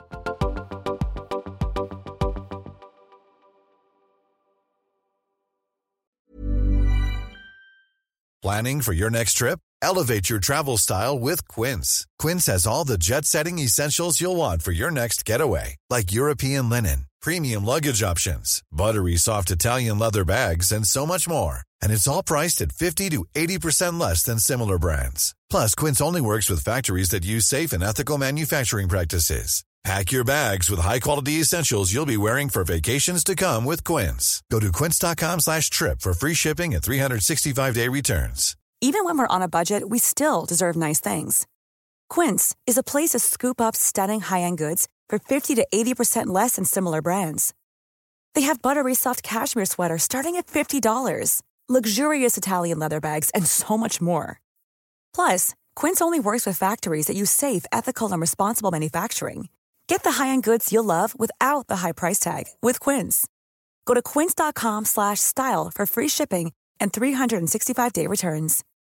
Planning for your next trip? Elevate your travel style with Quince. Quince has all the jet-setting essentials you'll want for your next getaway, like European linen, premium luggage options, buttery soft Italian leather bags, and so much more. And it's all priced at fifty to eighty percent less than similar brands. Plus, Quince only works with factories that use safe and ethical manufacturing practices. Pack your bags with high-quality essentials you'll be wearing for vacations to come with Quince. Go to quince.com slash trip for free shipping and three sixty-five day returns. Even when we're on a budget, we still deserve nice things. Quince is a place to scoop up stunning high-end goods for fifty to eighty percent less than similar brands. They have buttery soft cashmere sweaters starting at fifty dollars, luxurious Italian leather bags, and so much more. Plus, Quince only works with factories that use safe, ethical, and responsible manufacturing. Get the high-end goods you'll love without the high price tag with Quince. Go to quince.com slash style for free shipping and three sixty-five day returns.